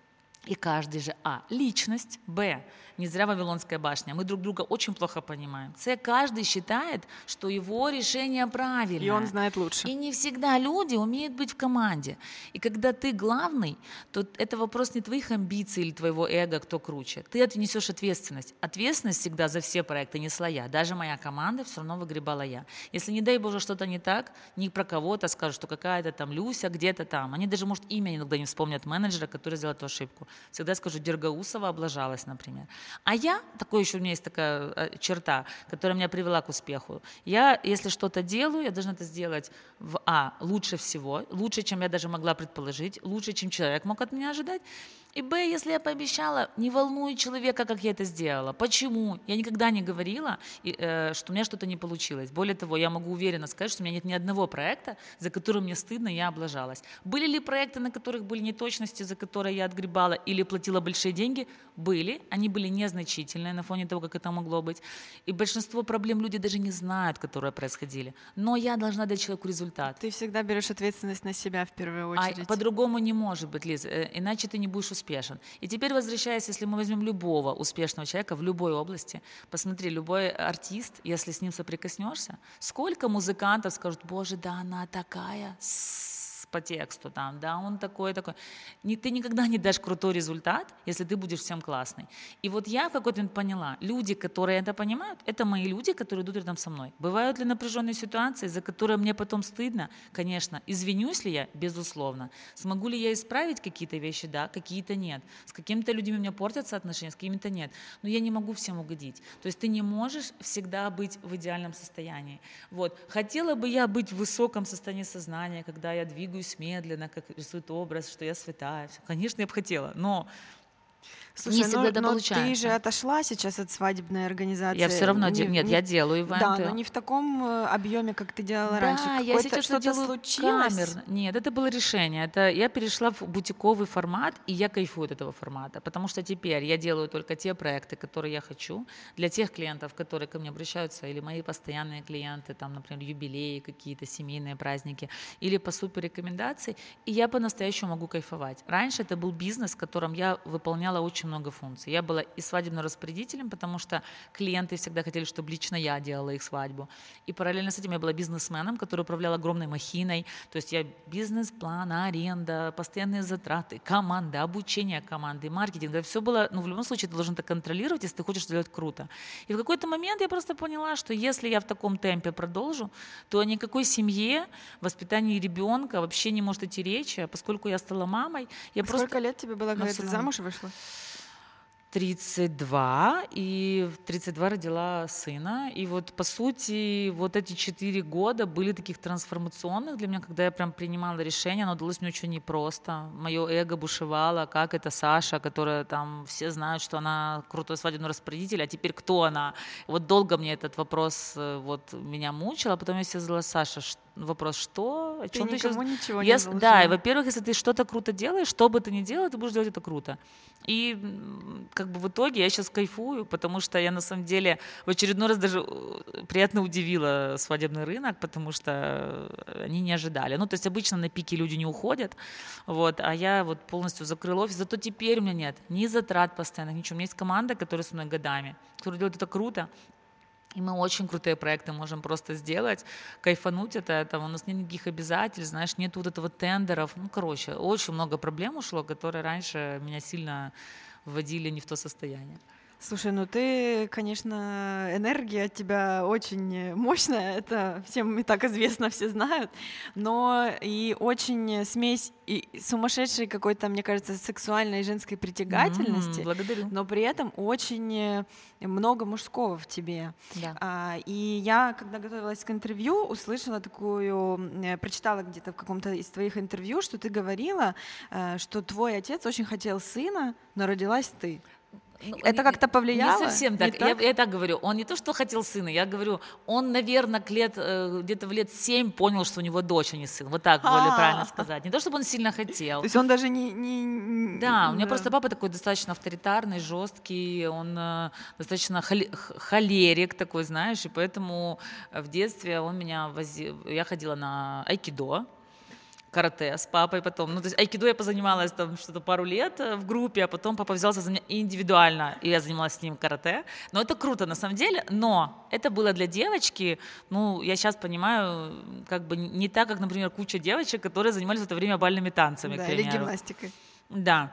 [SPEAKER 1] И каждый же, личность, не зря Вавилонская башня, мы друг друга очень плохо понимаем. Каждый считает, что его решение правильное.
[SPEAKER 2] И он знает лучше.
[SPEAKER 1] И не всегда люди умеют быть в команде. И когда ты главный, то это вопрос не твоих амбиций или твоего эго, кто круче. Ты несешь ответственность. Ответственность всегда за все проекты несла я. Даже моя команда все равно выгребала я. Если, не дай Боже, что-то не так, ни про кого-то скажут, что какая-то там Люся где-то там. Они даже, может, имя иногда не вспомнят менеджера, который сделал эту ошибку. Всегда скажу, Дергаусова облажалась, например. А я, такой еще у меня есть такая черта, которая меня привела к успеху. Я, если что-то делаю, я должна это сделать лучше всего, лучше, чем я даже могла предположить, лучше, чем человек мог от меня ожидать. И если я пообещала, не волнует человека, как я это сделала. Почему? Я никогда не говорила, что у меня что-то не получилось. Более того, я могу уверенно сказать, что у меня нет ни одного проекта, за который мне стыдно, я облажалась. Были ли проекты, на которых были неточности, за которые я отгребала или платила большие деньги? Были. Они были незначительные на фоне того, как это могло быть. И большинство проблем люди даже не знают, которые происходили. Но я должна дать человеку результат.
[SPEAKER 2] Ты всегда берешь ответственность на себя в первую очередь.
[SPEAKER 1] По-другому не может быть, Лиз. Иначе ты не будешь успешен. И теперь, возвращаясь, если мы возьмем любого успешного человека в любой области, посмотри, любой артист, если с ним соприкоснешься, сколько музыкантов скажут: боже, да она такая, по тексту там, да, он такой. Ты никогда не дашь крутой результат, если ты будешь всем классный. И вот я в какой-то момент поняла, люди, которые это понимают, это мои люди, которые идут рядом со мной. Бывают ли напряженные ситуации, за которые мне потом стыдно? Конечно. Извинюсь ли я? Безусловно. Смогу ли я исправить какие-то вещи? Да, какие-то нет. С какими-то людьми у меня портятся отношения, с какими-то нет. Но я не могу всем угодить. То есть ты не можешь всегда быть в идеальном состоянии. Вот. Хотела бы я быть в высоком состоянии сознания, когда я двигаюсь медленно, как рисует образ, что я святая. Конечно, я бы хотела, но
[SPEAKER 2] Слушай,
[SPEAKER 1] не всегда это получается.
[SPEAKER 2] Ты же отошла сейчас от свадебной организации.
[SPEAKER 1] Я все равно я делаю ивенты.
[SPEAKER 2] Да, но не в таком объеме, как ты делала раньше.
[SPEAKER 1] Да, я сейчас
[SPEAKER 2] что-то случилось.
[SPEAKER 1] Камерно. Нет, это было решение. Я перешла в бутиковый формат, и я кайфую от этого формата, потому что теперь я делаю только те проекты, которые я хочу, для тех клиентов, которые ко мне обращаются, или мои постоянные клиенты, там, например, юбилеи какие-то, семейные праздники, или по супер рекомендации, и я по-настоящему могу кайфовать. Раньше это был бизнес, в котором я выполняла очень много функций. Я была и свадебным распорядителем, потому что клиенты всегда хотели, чтобы лично я делала их свадьбу. И параллельно с этим я была бизнесменом, который управлял огромной махиной. То есть я бизнес-план, аренда, постоянные затраты, команда, обучение команды, маркетинг. Это все было, в любом случае ты должен это контролировать, если ты хочешь сделать круто. И в какой-то момент я просто поняла, что если я в таком темпе продолжу, то о никакой семье, воспитании ребенка вообще не может идти речи, поскольку я стала мамой.
[SPEAKER 2] Сколько лет тебе было, когда ты замуж вышла?
[SPEAKER 1] 32, и в 32 родила сына. И вот, по сути, вот эти 4 года были таких трансформационных для меня, когда я прям принимала решение, оно далось мне очень непросто. Мое эго бушевало, как это Саша, которая там, все знают, что она крутой свадебный распорядитель, а теперь кто она? Вот долго мне этот вопрос вот меня мучил, а потом я себе задала: Саша, вопрос, что? О чем ты сейчас?
[SPEAKER 2] Ничего не должна.
[SPEAKER 1] Да, и, во-первых, если ты что-то круто делаешь, что бы ты ни делал, ты будешь делать это круто. И как бы в итоге я сейчас кайфую, потому что я на самом деле в очередной раз даже приятно удивила свадебный рынок, потому что они не ожидали. То есть обычно на пике люди не уходят, вот, а я вот полностью закрыла офис. Зато теперь у меня нет ни затрат постоянных, ничего. У меня есть команда, которая со мной годами, которая делает это круто. И мы очень крутые проекты можем просто сделать, кайфануть от этого. У нас нет никаких обязательств, знаешь, нет вот этого тендеров. Очень много проблем ушло, которые раньше меня сильно вводили не в то состояние.
[SPEAKER 2] Слушай, ты, конечно, энергия от тебя очень мощная, это всем и так известно, все знают, но и очень смесь и сумасшедшей какой-то, мне кажется, сексуальной женской притягательности,
[SPEAKER 1] благодарю.
[SPEAKER 2] Но при этом очень много мужского в тебе.
[SPEAKER 1] Да.
[SPEAKER 2] И я, когда готовилась к интервью, услышала прочитала где-то в каком-то из твоих интервью, что ты говорила, что твой отец очень хотел сына, но родилась ты. Это как-то повлияло?
[SPEAKER 1] Не совсем так. Я так говорю. Он не то, что хотел сына, я говорю, он, наверное, где-то в лет 7 понял, что у него дочь, а не сын. Вот так более правильно сказать. Не то, чтобы он сильно хотел.
[SPEAKER 2] То есть он даже не...
[SPEAKER 1] Да, у меня просто папа такой достаточно авторитарный, жесткий, он достаточно холерик такой, знаешь, и поэтому в детстве он меня возил... Я ходила на айкидо, карате с папой потом. То есть айкидо я позанималась там что-то пару лет в группе, а потом папа взялся за меня индивидуально, и я занималась с ним карате. Но это круто на самом деле, но это было для девочки, я сейчас понимаю, как бы не так, как, например, куча девочек, которые занимались в это время бальными танцами, к примеру.
[SPEAKER 2] Или гимнастикой.
[SPEAKER 1] Да.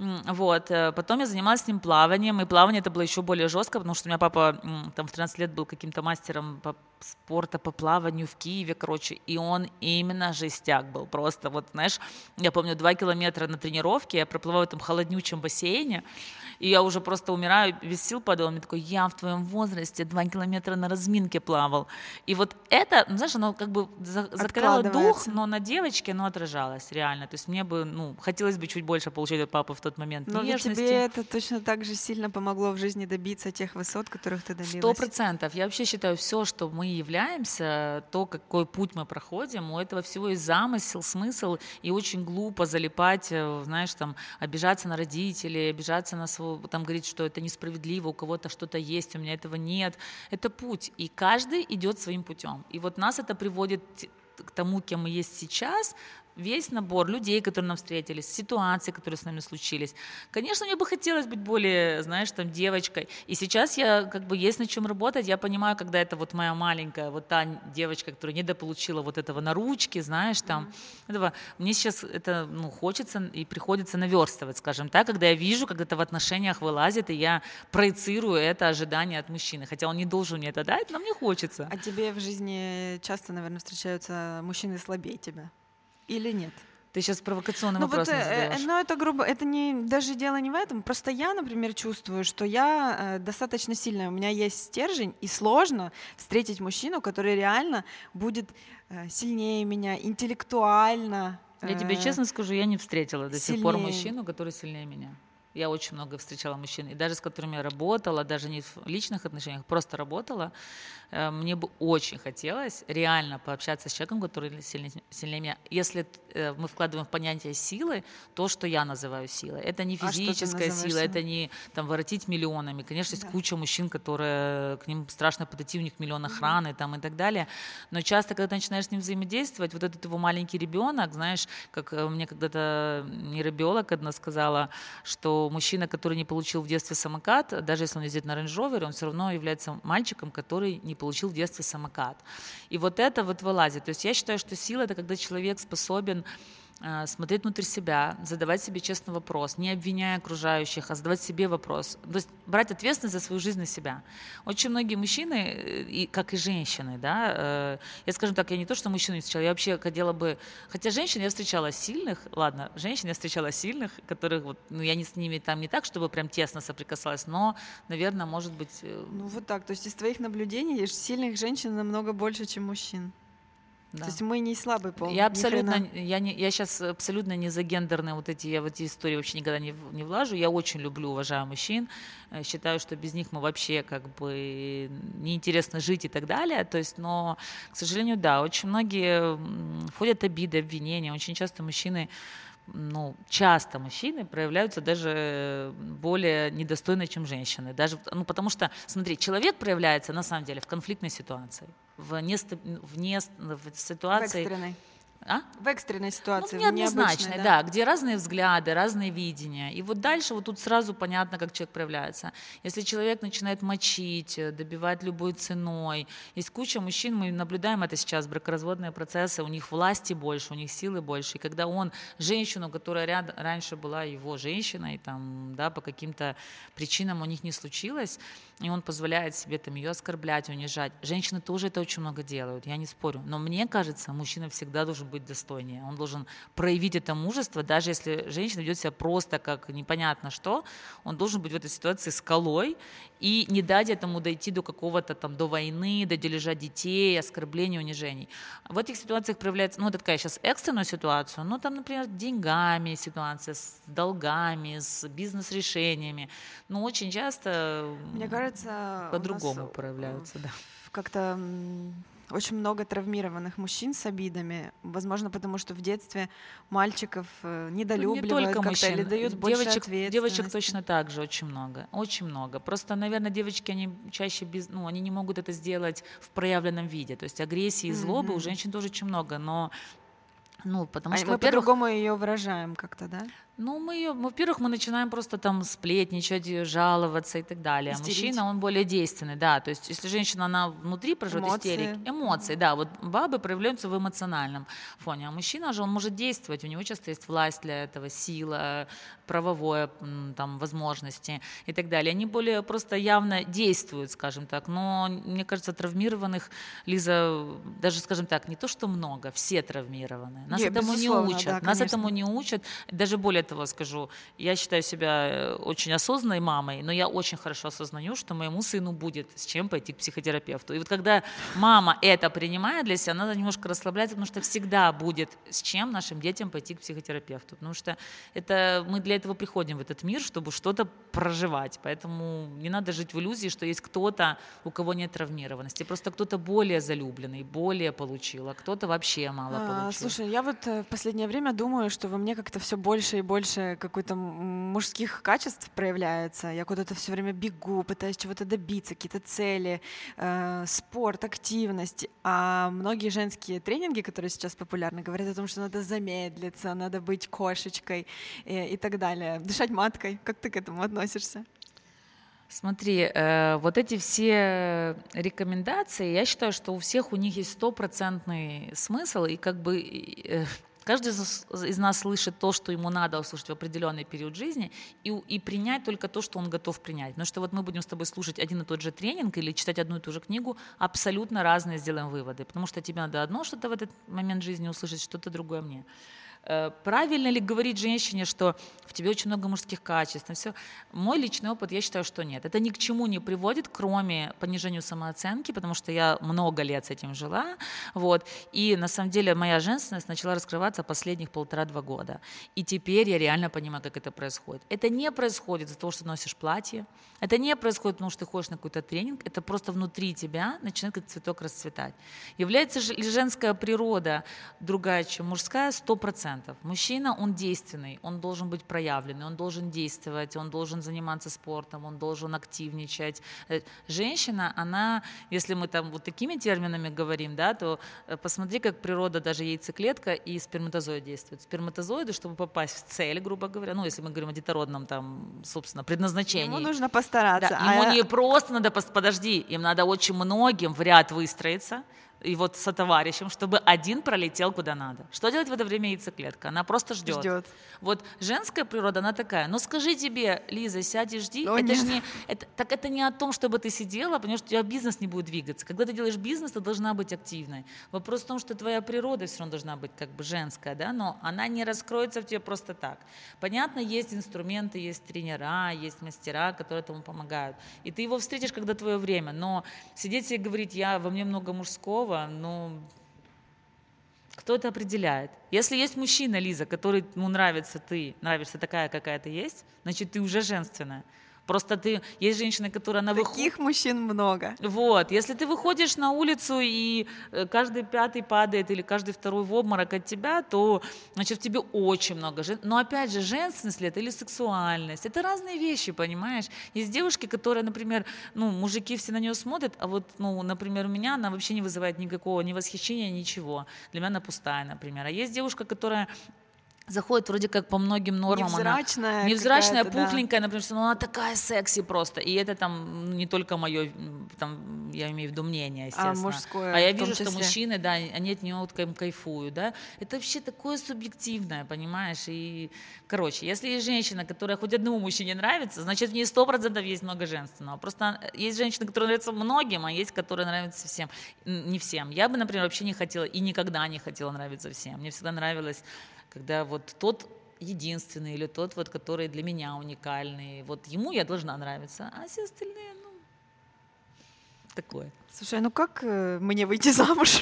[SPEAKER 1] Вот. Потом я занималась с ним плаванием, и плавание это было еще более жестко, потому что у меня папа там в 13 лет был каким-то мастером спорта по плаванию в Киеве, и он именно жестяк был, просто знаешь, я помню 2 километра на тренировке, я проплываю в этом холоднючем бассейне, и я уже просто умираю, без сил падаю, он мне такой: я в твоем возрасте 2 километра на разминке плавал. И вот это, знаешь, оно как бы закаляло дух, но на девочке оно отражалось реально, то есть мне бы, хотелось бы чуть больше получить от папы в тот момент нежности.
[SPEAKER 2] Но тебе это точно так же сильно помогло в жизни добиться тех высот, которых ты добилась.
[SPEAKER 1] 100%. Я вообще считаю, все, что мы являемся, то, какой путь мы проходим, у этого всего есть замысел, смысл, и очень глупо залипать, знаешь, там, обижаться на родителей, обижаться на там, говорить, что это несправедливо, у кого-то что-то есть, у меня этого нет. Это путь, и каждый идет своим путем. И вот нас это приводит к тому, кем мы есть сейчас, весь набор людей, которые нам встретились, ситуаций, которые с нами случились. Конечно, мне бы хотелось быть более, знаешь, там, девочкой. И сейчас я, как бы, есть над чем работать. Я понимаю, когда это вот моя маленькая, вот та девочка, которая недополучила вот этого на ручке, знаешь, там, этого, мне сейчас это, хочется и приходится наверстывать, скажем так, когда я вижу, как это в отношениях вылазит, и я проецирую это ожидание от мужчины. Хотя он не должен мне это дать, но мне хочется.
[SPEAKER 2] А тебе в жизни часто, наверное, встречаются мужчины слабее тебя? Или нет?
[SPEAKER 1] Ты сейчас провокационный вопрос задаешь.
[SPEAKER 2] Это грубо, это даже дело не в этом. Просто я, например, чувствую, что я достаточно сильная, у меня есть стержень, и сложно встретить мужчину, который реально будет сильнее меня, интеллектуально.
[SPEAKER 1] Я тебе честно скажу, я не встретила до сих пор мужчину, который сильнее меня. Я очень много встречала мужчин, и даже с которыми я работала, даже не в личных отношениях, просто работала. Мне бы очень хотелось реально пообщаться с человеком, который сильнее меня. Если мы вкладываем в понятие силы, то, что я называю силой. Это не физическая сила, это не там, воротить миллионами. Конечно, есть куча мужчин, которые к ним страшно подойти, у них миллион охраны там, и так далее. Но часто, когда ты начинаешь с ним взаимодействовать, вот этот его маленький ребенок, знаешь, как мне когда-то нейробиолог одна сказала, что что мужчина, который не получил в детстве самокат, даже если он ездит на Range Rover, он все равно является мальчиком, который не получил в детстве самокат. И вот это вот вылазит. То есть я считаю, что сила — это когда человек способен смотреть внутрь себя, задавать себе честный вопрос, не обвиняя окружающих, а задавать себе вопрос. То есть брать ответственность за свою жизнь на себя. Очень многие мужчины, как и женщины, да, я, скажем так, я не то, что мужчину не встречала, я вообще хотела бы... Хотя женщин я встречала сильных, которых, вот, ну, я с ними там не так, чтобы прям тесно соприкасалась, но, наверное, может быть...
[SPEAKER 2] Ну вот так, то есть из твоих наблюдений сильных женщин намного больше, чем мужчин. Да. То есть мы не слабый пол.
[SPEAKER 1] Я сейчас абсолютно не за гендерные я в эти истории вообще никогда не влажу. Я очень люблю, уважаю мужчин. Считаю, что без них мы вообще как бы неинтересно жить и так далее. То есть, но, к сожалению, да, очень многие входят обиды, обвинения. Очень часто мужчины проявляются даже более недостойно, чем женщины. Даже, потому что, смотри, человек проявляется на самом деле в конфликтной ситуации, в ситуации...
[SPEAKER 2] В экстренной. В экстренной ситуации,
[SPEAKER 1] в неоднозначной, да, где разные взгляды, разные видения. И вот дальше вот тут сразу понятно, как человек проявляется. Если человек начинает мочить, добивать любой ценой, есть куча мужчин, мы наблюдаем это сейчас, бракоразводные процессы, у них власти больше, у них силы больше. И когда он женщину, которая раньше была его женщиной, там, да, по каким-то причинам у них не случилось, и он позволяет себе там ее оскорблять, унижать. Женщины тоже это очень много делают, я не спорю. Но мне кажется, мужчина всегда должен быть достойнее. Он должен проявить это мужество, даже если женщина ведет себя просто как непонятно что, он должен быть в этой ситуации скалой и не дать этому дойти до какого-то там, до войны, до дележа детей, оскорблений, унижений. В этих ситуациях проявляется, это такая сейчас экстренную ситуацию, там, например, с деньгами ситуация, с долгами, с бизнес-решениями. Но очень часто,
[SPEAKER 2] мне кажется,
[SPEAKER 1] по-другому проявляются. Да.
[SPEAKER 2] Как-то очень много травмированных мужчин с обидами. Возможно, потому что в детстве мальчиков недолюбливают как-то или дают больше ответственности.
[SPEAKER 1] Девочек точно так же очень много. Очень много. Просто, наверное, девочки, они чаще они не могут это сделать в проявленном виде. То есть агрессии и злобы у женщин тоже очень много, но потому что,
[SPEAKER 2] мы по-другому ее выражаем как-то, да?
[SPEAKER 1] Во-первых, мы начинаем просто там сплетничать, жаловаться и так далее. А мужчина, он более действенный, да. То есть, если женщина, она внутри проживает эмоции, да. Вот бабы проявляются в эмоциональном фоне, а мужчина же, он может действовать, у него часто есть власть для этого, сила, правовое, там, возможности и так далее. Они более просто явно действуют, скажем так. Но, мне кажется, травмированных, Лиза, даже, скажем так, не то, что много, все травмированы. Нас этому не учат. Нас этому не учат. Даже более того скажу, я считаю себя очень осознанной мамой, но я очень хорошо осознаю, что моему сыну будет с чем пойти к психотерапевту. И вот когда мама это принимает для себя, она немножко расслабляется, потому что всегда будет с чем нашим детям пойти к психотерапевту. Потому что мы для этого приходим в этот мир, чтобы что-то проживать. Поэтому не надо жить в иллюзии, что есть кто-то, у кого нет травмированности. Просто кто-то более залюбленный, более получил, а кто-то вообще мало получил.
[SPEAKER 2] Слушай, я вот в последнее время думаю, что во мне как-то все больше и больше какой-то мужских качеств проявляется. Я куда-то все время бегу, пытаюсь чего-то добиться, какие-то цели, спорт, активность. А многие женские тренинги, которые сейчас популярны, говорят о том, что надо замедлиться, надо быть кошечкой и так далее. Дышать маткой. Как ты к этому относишься?
[SPEAKER 1] Смотри, вот эти все рекомендации, я считаю, что у всех у них есть 100% смысл, и как бы каждый из нас слышит то, что ему надо услышать в определенный период жизни, и принять только то, что он готов принять. Потому что вот мы будем с тобой слушать один и тот же тренинг или читать одну и ту же книгу, абсолютно разные сделаем выводы, потому что тебе надо одно что-то в этот момент жизни услышать, что-то другое мне. Правильно ли говорить женщине, что в тебе очень много мужских качеств? Все. Мой личный опыт, я считаю, что нет. Это ни к чему не приводит, кроме понижению самооценки, потому что я много лет с этим жила. Вот. И на самом деле моя женственность начала раскрываться последних 1,5-2 года. И теперь я реально понимаю, как это происходит. Это не происходит из-за того, что ты носишь платье. Это не происходит, потому что ты ходишь на какой-то тренинг. Это просто внутри тебя начинает как цветок расцветать. Является ли женская природа другая, чем мужская? 100%. 100%. Мужчина, он действенный, он должен быть проявленный, он должен действовать, он должен заниматься спортом, он должен активничать. Женщина, она, если мы там вот такими терминами говорим, да, то посмотри, как природа, даже яйцеклетка и сперматозоид действует. Сперматозоиды, чтобы попасть в цель, грубо говоря, ну, если мы говорим о детородном, там, собственно, предназначении.
[SPEAKER 2] Ему нужно постараться.
[SPEAKER 1] Да, ему не просто надо, подожди, им надо очень многим в ряд выстроиться, и вот со товарищем, чтобы один пролетел куда надо. Что делать в это время яйцеклетка? Она просто ждет. Вот женская природа, она такая. Ну скажи тебе, Лиза, сядь и жди. Это не о том, чтобы ты сидела, потому что у тебя бизнес не будет двигаться. Когда ты делаешь бизнес, ты должна быть активной. Вопрос в том, что твоя природа все равно должна быть как бы женская, да, но она не раскроется в тебе просто так. Понятно, есть инструменты, есть тренера, есть мастера, которые этому помогают. И ты его встретишь, когда твое время. Но сидеть и говорить, во мне много мужского, ну, кто это определяет? Если есть мужчина, Лиза, который нравится такая, какая ты есть, значит, ты уже женственная. Просто есть женщина, которая выходит...
[SPEAKER 2] Таких мужчин много.
[SPEAKER 1] Вот, если ты выходишь на улицу, и каждый пятый падает, или каждый второй в обморок от тебя, то, значит, в тебе очень много женщин. Но опять же, женственность ли это или сексуальность? Это разные вещи, понимаешь? Есть девушки, которые, например, мужики все на нее смотрят, а вот, например, у меня она вообще не вызывает никакого ни восхищения, ничего. Для меня она пустая, например. А есть девушка, которая заходит вроде как по многим нормам. Невзрачная, пухленькая, например, что она такая секси просто. И это там не только мое, там, я имею в виду мнение, естественно.
[SPEAKER 2] Мужское,
[SPEAKER 1] а я вижу, что мужчины, да, они от нее вот кайфуют, да. Это вообще такое субъективное, понимаешь? И, короче, если есть женщина, которая хоть одному мужчине нравится, значит, в ней 100% есть много женственного. Просто есть женщины, которые нравятся многим, а есть, которые нравятся всем. Не всем. Я бы, например, вообще не хотела и никогда не хотела нравиться всем. Мне всегда нравилось, когда вот тот единственный или тот, вот, который для меня уникальный, вот ему я должна нравиться, а все остальные, такое.
[SPEAKER 2] Слушай, как мне выйти замуж?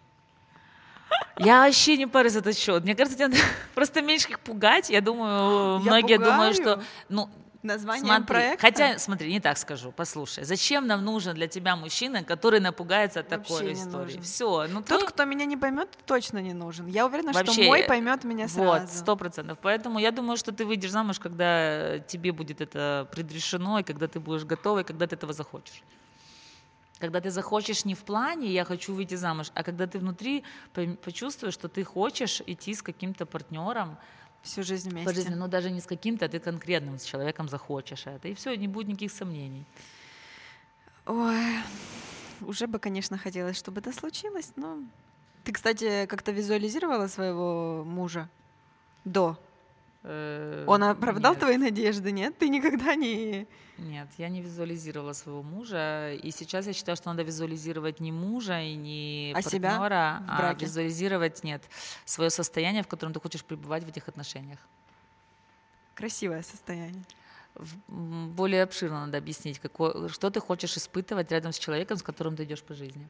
[SPEAKER 1] Я вообще не парюсь за этот счет. Мне кажется, тебе просто меньше их пугать. Я думаю, многие думают, что...
[SPEAKER 2] Названием проекта?
[SPEAKER 1] Хотя, смотри, не так скажу, послушай. Зачем нам нужен для тебя мужчина, который напугается от такой истории? Все.
[SPEAKER 2] Тот, кто меня не поймет, точно не нужен. Я уверена, что мой поймет меня сразу.
[SPEAKER 1] Вот, 100%. Поэтому я думаю, что ты выйдешь замуж, когда тебе будет это предрешено, и когда ты будешь готова, и когда ты этого захочешь. Когда ты захочешь не в плане «я хочу выйти замуж», а когда ты внутри почувствуешь, что ты хочешь идти с каким-то партнером,
[SPEAKER 2] всю жизнь вместе.
[SPEAKER 1] По жизни, даже не с каким-то, а ты конкретным с человеком захочешь это. И все, не будет никаких сомнений.
[SPEAKER 2] Ой, уже бы, конечно, хотелось, чтобы это случилось, но... Ты, кстати, как-то визуализировала своего мужа до? Он оправдал твои надежды, нет? Ты никогда не...
[SPEAKER 1] Нет, я не визуализировала своего мужа, и сейчас я считаю, что надо визуализировать не мужа и не партнера, а визуализировать, свое состояние, в котором ты хочешь пребывать в этих отношениях.
[SPEAKER 2] Красивое состояние.
[SPEAKER 1] Более обширно надо объяснить, что ты хочешь испытывать рядом с человеком, с которым ты идешь по жизни.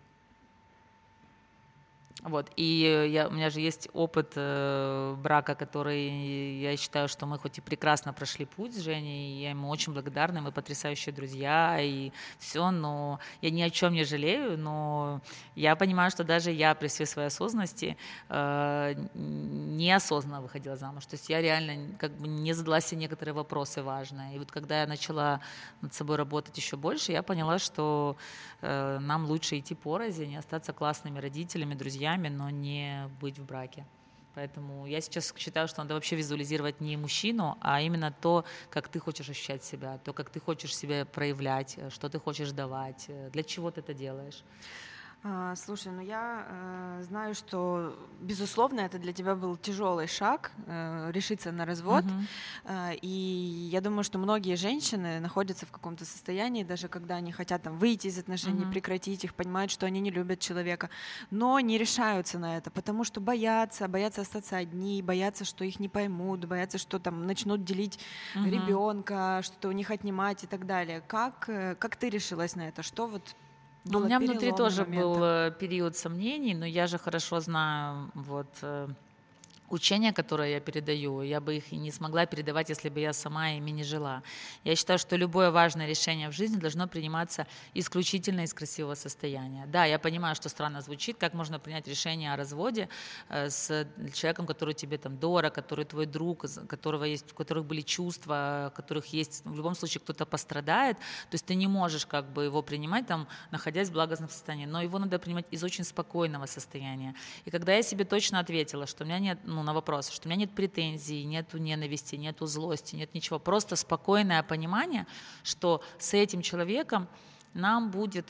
[SPEAKER 1] Вот. И у меня же есть опыт брака, который я считаю, что мы хоть и прекрасно прошли путь с Женей, я ему очень благодарна, мы потрясающие друзья и все, но я ни о чем не жалею, но я понимаю, что даже я при всей своей осознанности неосознанно выходила замуж. То есть я реально как бы не задала себе некоторые вопросы важные. И вот когда я начала над собой работать еще больше, я поняла, что нам лучше идти порознь, не остаться классными родителями, друзьями, но не быть в браке. Поэтому я сейчас считаю, что надо вообще визуализировать не мужчину, а именно то, как ты хочешь ощущать себя, то, как ты хочешь себя проявлять, что ты хочешь давать, для чего ты это делаешь.
[SPEAKER 2] Слушай, я знаю, что, безусловно, это для тебя был тяжелый шаг, решиться на развод. И я думаю, что многие женщины находятся в каком-то состоянии, даже когда они хотят выйти из отношений, прекратить их, понимают, что они не любят человека, но не решаются на это, потому что боятся остаться одни, боятся, что их не поймут, боятся, что начнут делить ребенка, что-то у них отнимать и так далее. Как ты решилась на это? Что
[SPEAKER 1] у меня внутри тоже был период сомнений, но я же хорошо знаю учения, которые я передаю, я бы их и не смогла передавать, если бы я сама ими не жила. Я считаю, что любое важное решение в жизни должно приниматься исключительно из красивого состояния. Да, я понимаю, что странно звучит, как можно принять решение о разводе с человеком, который тебе там дорог, который твой друг, у которых были чувства, у которых есть, в любом случае кто-то пострадает, то есть ты не можешь как бы его принимать, там, находясь в благостном состоянии, но его надо принимать из очень спокойного состояния. И когда я себе точно ответила, что у меня нет, на вопрос, что у меня нет претензий, нету ненависти, нету злости, нет ничего, просто спокойное понимание, что с этим человеком нам будет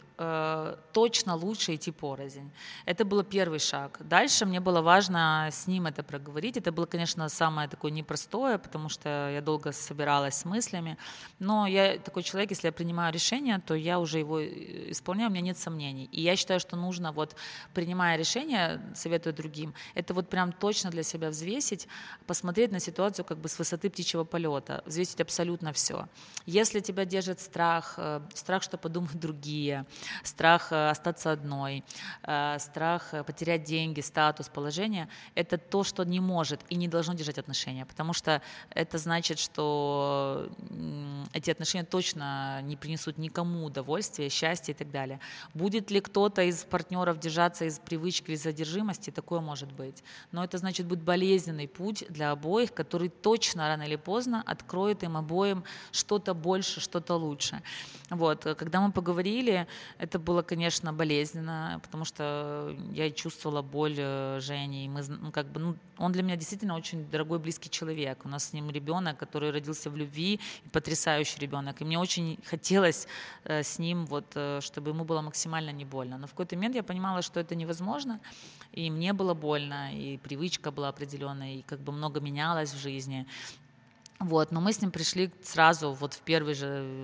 [SPEAKER 1] точно лучше идти порознь. Это был первый шаг. Дальше мне было важно с ним это проговорить. Это было, конечно, самое такое непростое, потому что я долго собиралась с мыслями. Но я такой человек, если я принимаю решение, то я уже его исполняю, у меня нет сомнений. И я считаю, что нужно, вот, принимая решение, советую другим, это вот прям точно для себя взвесить, посмотреть на ситуацию как бы с высоты птичьего полета, взвесить абсолютно все. Если тебя держит страх, что подумают другие, страх остаться одной, страх потерять деньги, статус, положение, это то, что не может и не должно держать отношения, потому что это значит, что эти отношения точно не принесут никому удовольствия, счастья и так далее. Будет ли кто-то из партнеров держаться из привычки или задержимости, такое может быть. Но это значит будет болезненный путь для обоих, который точно рано или поздно откроет им обоим что-то больше, что-то лучше. Вот. Когда мы поговорили, это было, конечно, болезненно, потому что я чувствовала боль Жени. И он для меня действительно очень дорогой, близкий человек. У нас с ним ребенок, который родился в любви, потрясающий ребенок. И мне очень хотелось с ним, чтобы ему было максимально не больно. Но в какой-то момент я понимала, что это невозможно, и мне было больно, и привычка была определенная, и как бы много менялось в жизни. Вот, но мы с ним пришли сразу, в первую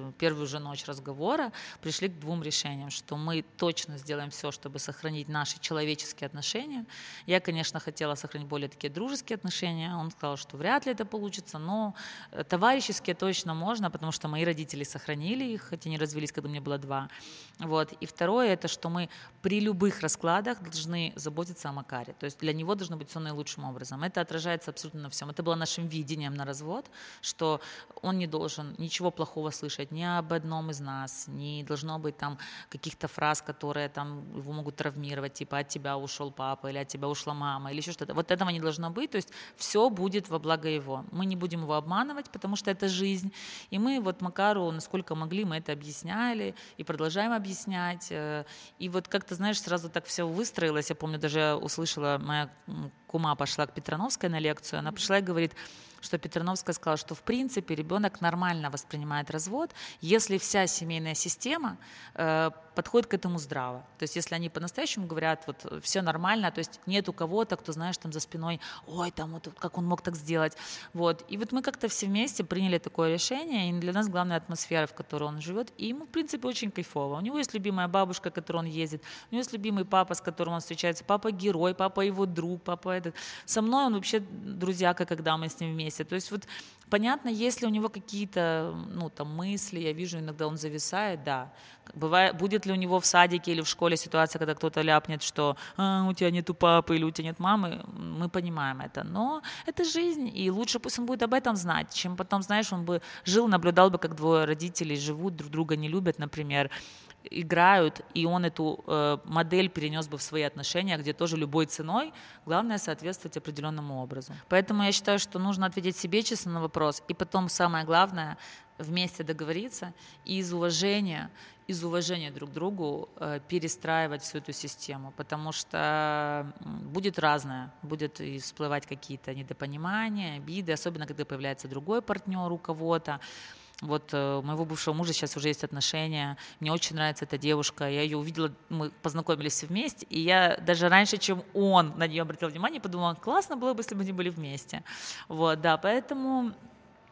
[SPEAKER 1] же ночь разговора, пришли к двум решениям, что мы точно сделаем все, чтобы сохранить наши человеческие отношения. Я, конечно, хотела сохранить более такие дружеские отношения, он сказал, что вряд ли это получится, но товарищеские точно можно, потому что мои родители сохранили их, хотя они развелись, когда мне было 2. Вот. И второе, это что мы при любых раскладах должны заботиться о Макаре, то есть для него должно быть все наилучшим образом. Это отражается абсолютно на всем. Это было нашим видением на развод, что он не должен ничего плохого слышать ни об одном из нас, не должно быть там каких-то фраз, которые там его могут травмировать, типа «от тебя ушел папа» или «от тебя ушла мама» или еще что-то. Вот этого не должно быть, то есть все будет во благо его. Мы не будем его обманывать, потому что это жизнь. И мы Макару, насколько могли, мы это объясняли и продолжаем объяснять. И вот как-то, знаешь, сразу так все выстроилось. Я помню, даже услышала, моя кума пошла к Петрановской на лекцию, она пришла и говорит, что Петрановская сказала, что в принципе ребенок нормально воспринимает развод, если вся семейная система подходит к этому здраво. То есть если они по-настоящему говорят, все нормально, то есть нет у кого-то, кто, знаешь, там за спиной, ой, там как он мог так сделать. Вот. И мы как-то все вместе приняли такое решение, и для нас главная атмосфера, в которой он живет, и ему, в принципе, очень кайфово. У него есть любимая бабушка, к которой он ездит, у него есть любимый папа, с которым он встречается, папа-герой, папа его друг, папа этот. Со мной он вообще друзьяка, когда мы с ним вместе. То есть понятно, если у него какие-то мысли, я вижу, иногда он зависает, да. Бывает, будет ли у него в садике или в школе ситуация, когда кто-то ляпнет, что у тебя нету папы или у тебя нет мамы, мы понимаем это. Но это жизнь, и лучше пусть он будет об этом знать, чем потом, знаешь, он бы жил, наблюдал бы, как двое родителей живут, друг друга не любят, например, играют, и он эту модель перенес бы в свои отношения, где тоже любой ценой главное соответствовать определенному образу. Поэтому я считаю, что нужно ответить себе честно на вопрос, и потом самое главное вместе договориться и из уважения друг к другу перестраивать всю эту систему, потому что будет разное, будет и всплывать какие-то недопонимания, обиды, особенно когда появляется другой партнер у кого-то. У моего бывшего мужа сейчас уже есть отношения, мне очень нравится эта девушка, я ее увидела, мы познакомились все вместе, и я даже раньше, чем он на нее обратил внимание, подумала, классно было бы, если бы они были вместе. Поэтому...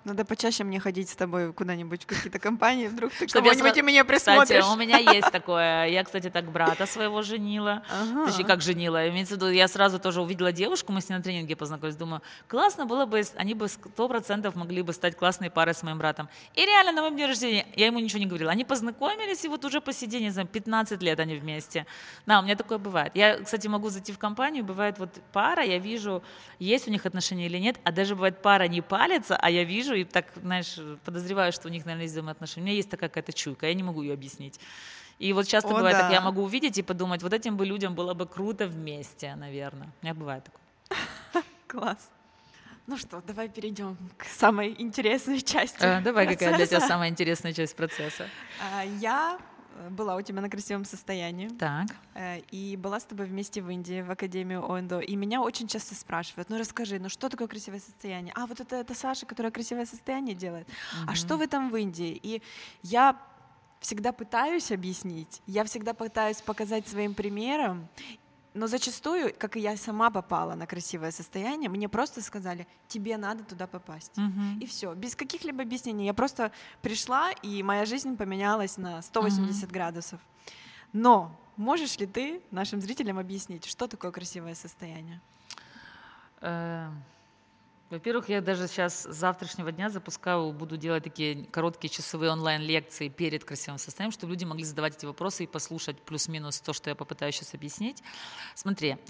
[SPEAKER 2] Надо почаще мне ходить с тобой куда-нибудь в какие-то компании, вдруг ты кого-нибудь и меня присмотришь.
[SPEAKER 1] Кстати, у меня есть такое. Я, кстати, так брата своего женила. Точнее, как женила. Имеется в виду, я сразу тоже увидела девушку, мы с ней на тренинге познакомились. Думаю, классно было бы, они бы 100% могли бы стать классной парой с моим братом. И реально на моем дне рождения, я ему ничего не говорила. Они познакомились, и вот уже по сей день, не знаю, 15 лет они вместе. Да, у меня такое бывает. Я, кстати, могу зайти в компанию, бывает вот пара, я вижу, есть у них отношения или нет, а даже бывает пара не палится, а я вижу и так, знаешь, подозреваю, что у них, наверное, есть взаимоотношения. У меня есть такая какая-то чуйка, я не могу ее объяснить. И вот часто бывает так, я могу увидеть и подумать, вот этим бы людям было бы круто вместе, наверное. У меня бывает такое.
[SPEAKER 2] Класс. Ну что, давай перейдем к самой интересной части
[SPEAKER 1] Давай,
[SPEAKER 2] процесса.
[SPEAKER 1] какая для тебя самая интересная часть процесса?
[SPEAKER 2] Я была у тебя на красивом состоянии.
[SPEAKER 1] Так.
[SPEAKER 2] И была с тобой вместе в Индии, в Академию ОНДО. И меня очень часто спрашивают, ну расскажи, ну что такое красивое состояние? А вот это Саша, которая красивое состояние делает. А что вы там в Индии? И я всегда пытаюсь объяснить, я всегда пытаюсь показать своим примером, но зачастую, как и я сама попала на красивое состояние, мне просто сказали, тебе надо туда попасть. И все, без каких-либо объяснений. Я просто пришла, и моя жизнь поменялась на 180 градусов. Но можешь ли ты нашим зрителям объяснить, что такое красивое состояние?
[SPEAKER 1] Во-первых, я даже сейчас с завтрашнего дня буду делать такие короткие часовые онлайн-лекции перед красивым состоянием, чтобы люди могли задавать эти вопросы и послушать плюс-минус то, что я попытаюсь сейчас объяснить. Смотри,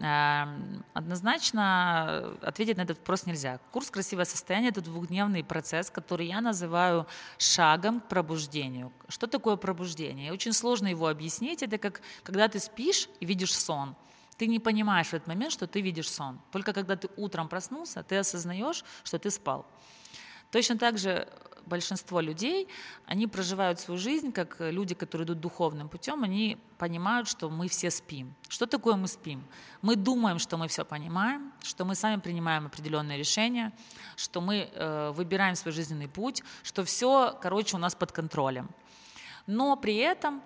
[SPEAKER 1] однозначно ответить на этот вопрос нельзя. Курс «Красивое состояние» — это двухдневный процесс, который я называю шагом к пробуждению. Что такое пробуждение? Очень сложно его объяснить. Это как когда ты спишь и видишь сон. Ты не понимаешь в этот момент, что ты видишь сон. Только когда ты утром проснулся, ты осознаешь, что ты спал. Точно так же большинство людей, они проживают свою жизнь, как люди, которые идут духовным путем, они понимают, что мы все спим. Что такое мы спим? Мы думаем, что мы все понимаем, что мы сами принимаем определенные решения, что мы выбираем свой жизненный путь, что все, у нас под контролем. Но при этом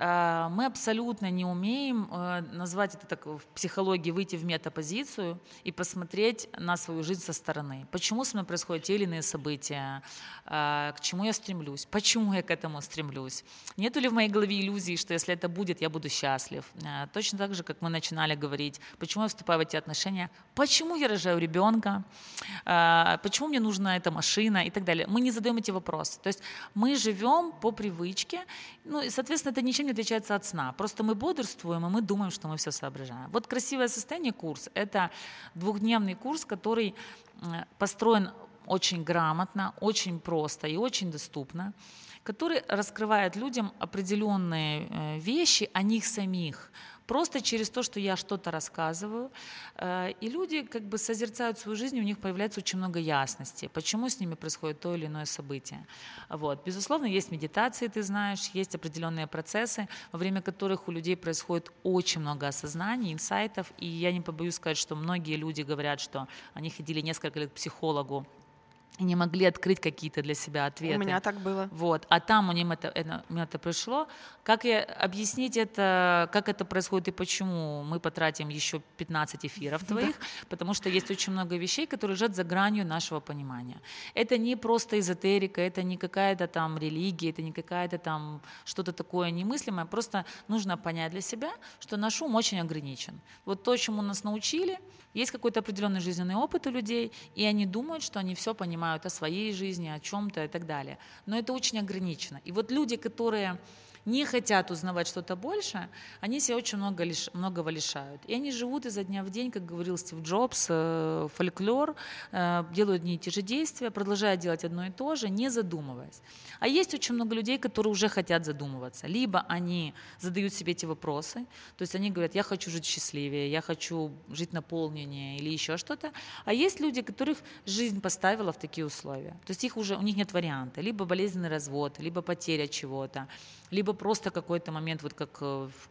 [SPEAKER 1] мы абсолютно не умеем назвать это так в психологии, выйти в метапозицию и посмотреть на свою жизнь со стороны. Почему со мной происходят те или иные события, к чему я стремлюсь, почему я к этому стремлюсь. Нету ли в моей голове иллюзии, что если это будет, я буду счастлив. Точно так же, как мы начинали говорить, почему я вступаю в эти отношения, почему я рожаю ребенка, почему мне нужна эта машина и так далее. Мы не задаем эти вопросы. То есть мы живем по привычке, и, соответственно, это ничем не отличается от сна. Просто мы бодрствуем, и мы думаем, что мы все соображаем. Вот «Красивое состояние» курс — это двухдневный курс, который построен очень грамотно, очень просто и очень доступно, который раскрывает людям определенные вещи о них самих, просто через то, что я что-то рассказываю, и люди созерцают свою жизнь, и у них появляется очень много ясности, почему с ними происходит то или иное событие. Вот. Безусловно, есть медитации, ты знаешь, есть определенные процессы, во время которых у людей происходит очень много осознаний, инсайтов, и я не побоюсь сказать, что многие люди говорят, что они ходили несколько лет к психологу, и не могли открыть какие-то для себя ответы.
[SPEAKER 2] У меня так было.
[SPEAKER 1] Вот. А там у них это пришло. Как объяснить это, как это происходит и почему? Мы потратим еще 15 эфиров твоих, потому что есть очень много вещей, которые лежат за гранью нашего понимания. Это не просто эзотерика, это не какая-то там религия, это не какая-то там что-то такое немыслимое. Просто нужно понять для себя, что наш ум очень ограничен. Вот то, чему нас научили, есть какой-то определенный жизненный опыт у людей, и они думают, что они все понимают о своей жизни, о чем-то и так далее. Но это очень ограничено. И вот люди, которые не хотят узнавать что-то больше, они себя очень многого лишают. И они живут изо дня в день, как говорил Стив Джобс, фольклор, делают одни и те же действия, продолжают делать одно и то же, не задумываясь. А есть очень много людей, которые уже хотят задумываться. Либо они задают себе эти вопросы, то есть они говорят, я хочу жить счастливее, я хочу жить наполненнее или еще что-то. А есть люди, которых жизнь поставила в такие условия. То есть у них нет варианта. Либо болезненный развод, либо потеря чего-то, либо просто какой-то момент, вот как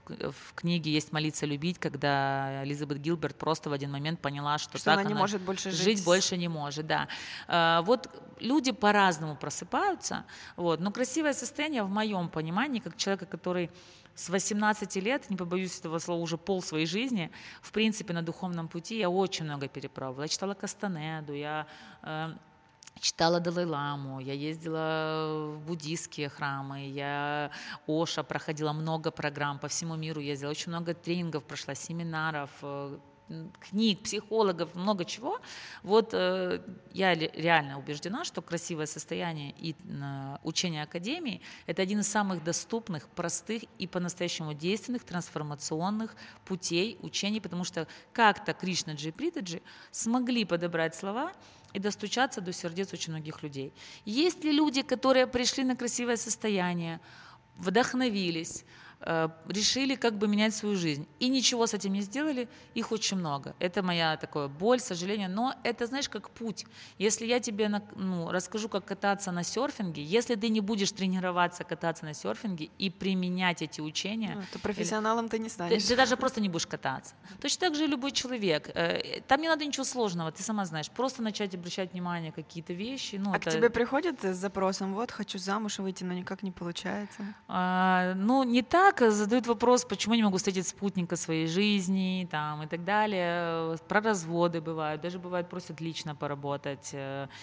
[SPEAKER 1] в книге есть «Молиться, любить», когда Элизабет Гилберт просто в один момент поняла, что так
[SPEAKER 2] она не может больше
[SPEAKER 1] жить больше не может. Да. Вот люди по-разному просыпаются, но красивое состояние в моем понимании, как человека, который с 18 лет, не побоюсь этого слова, уже пол своей жизни, в принципе, на духовном пути я очень много перепробовала. Я читала Кастанеду, я читала Далай-ламу, я ездила в буддийские храмы, я Оша проходила много программ по всему миру, ездила, очень много тренингов прошла, семинаров, книг, психологов, много чего. Вот я реально убеждена, что красивое состояние и учение академии – это один из самых доступных, простых и по-настоящему действенных трансформационных путей учений, потому что как-то Кришнаджи и Притаджи смогли подобрать слова и достучаться до сердец очень многих людей. Есть ли люди, которые пришли на красивое состояние, вдохновились, решили как бы менять свою жизнь и ничего с этим не сделали, их очень много. Это моя такая боль, сожаление, но это, знаешь, как путь. Если я тебе расскажу, как кататься на серфинге, если ты не будешь тренироваться кататься на серфинге и применять эти учения,
[SPEAKER 2] то профессионалом ты не станешь.
[SPEAKER 1] Ты даже просто не будешь кататься. Точно так же и любой человек. Там не надо ничего сложного, ты сама знаешь. Просто начать обращать внимание на какие-то вещи.
[SPEAKER 2] К тебе приходят с запросом, вот, хочу замуж выйти, но никак не получается?
[SPEAKER 1] Не так. Задают вопрос, почему я не могу встретить спутника своей жизни там, и так далее. Про разводы бывают, даже бывает просят лично поработать.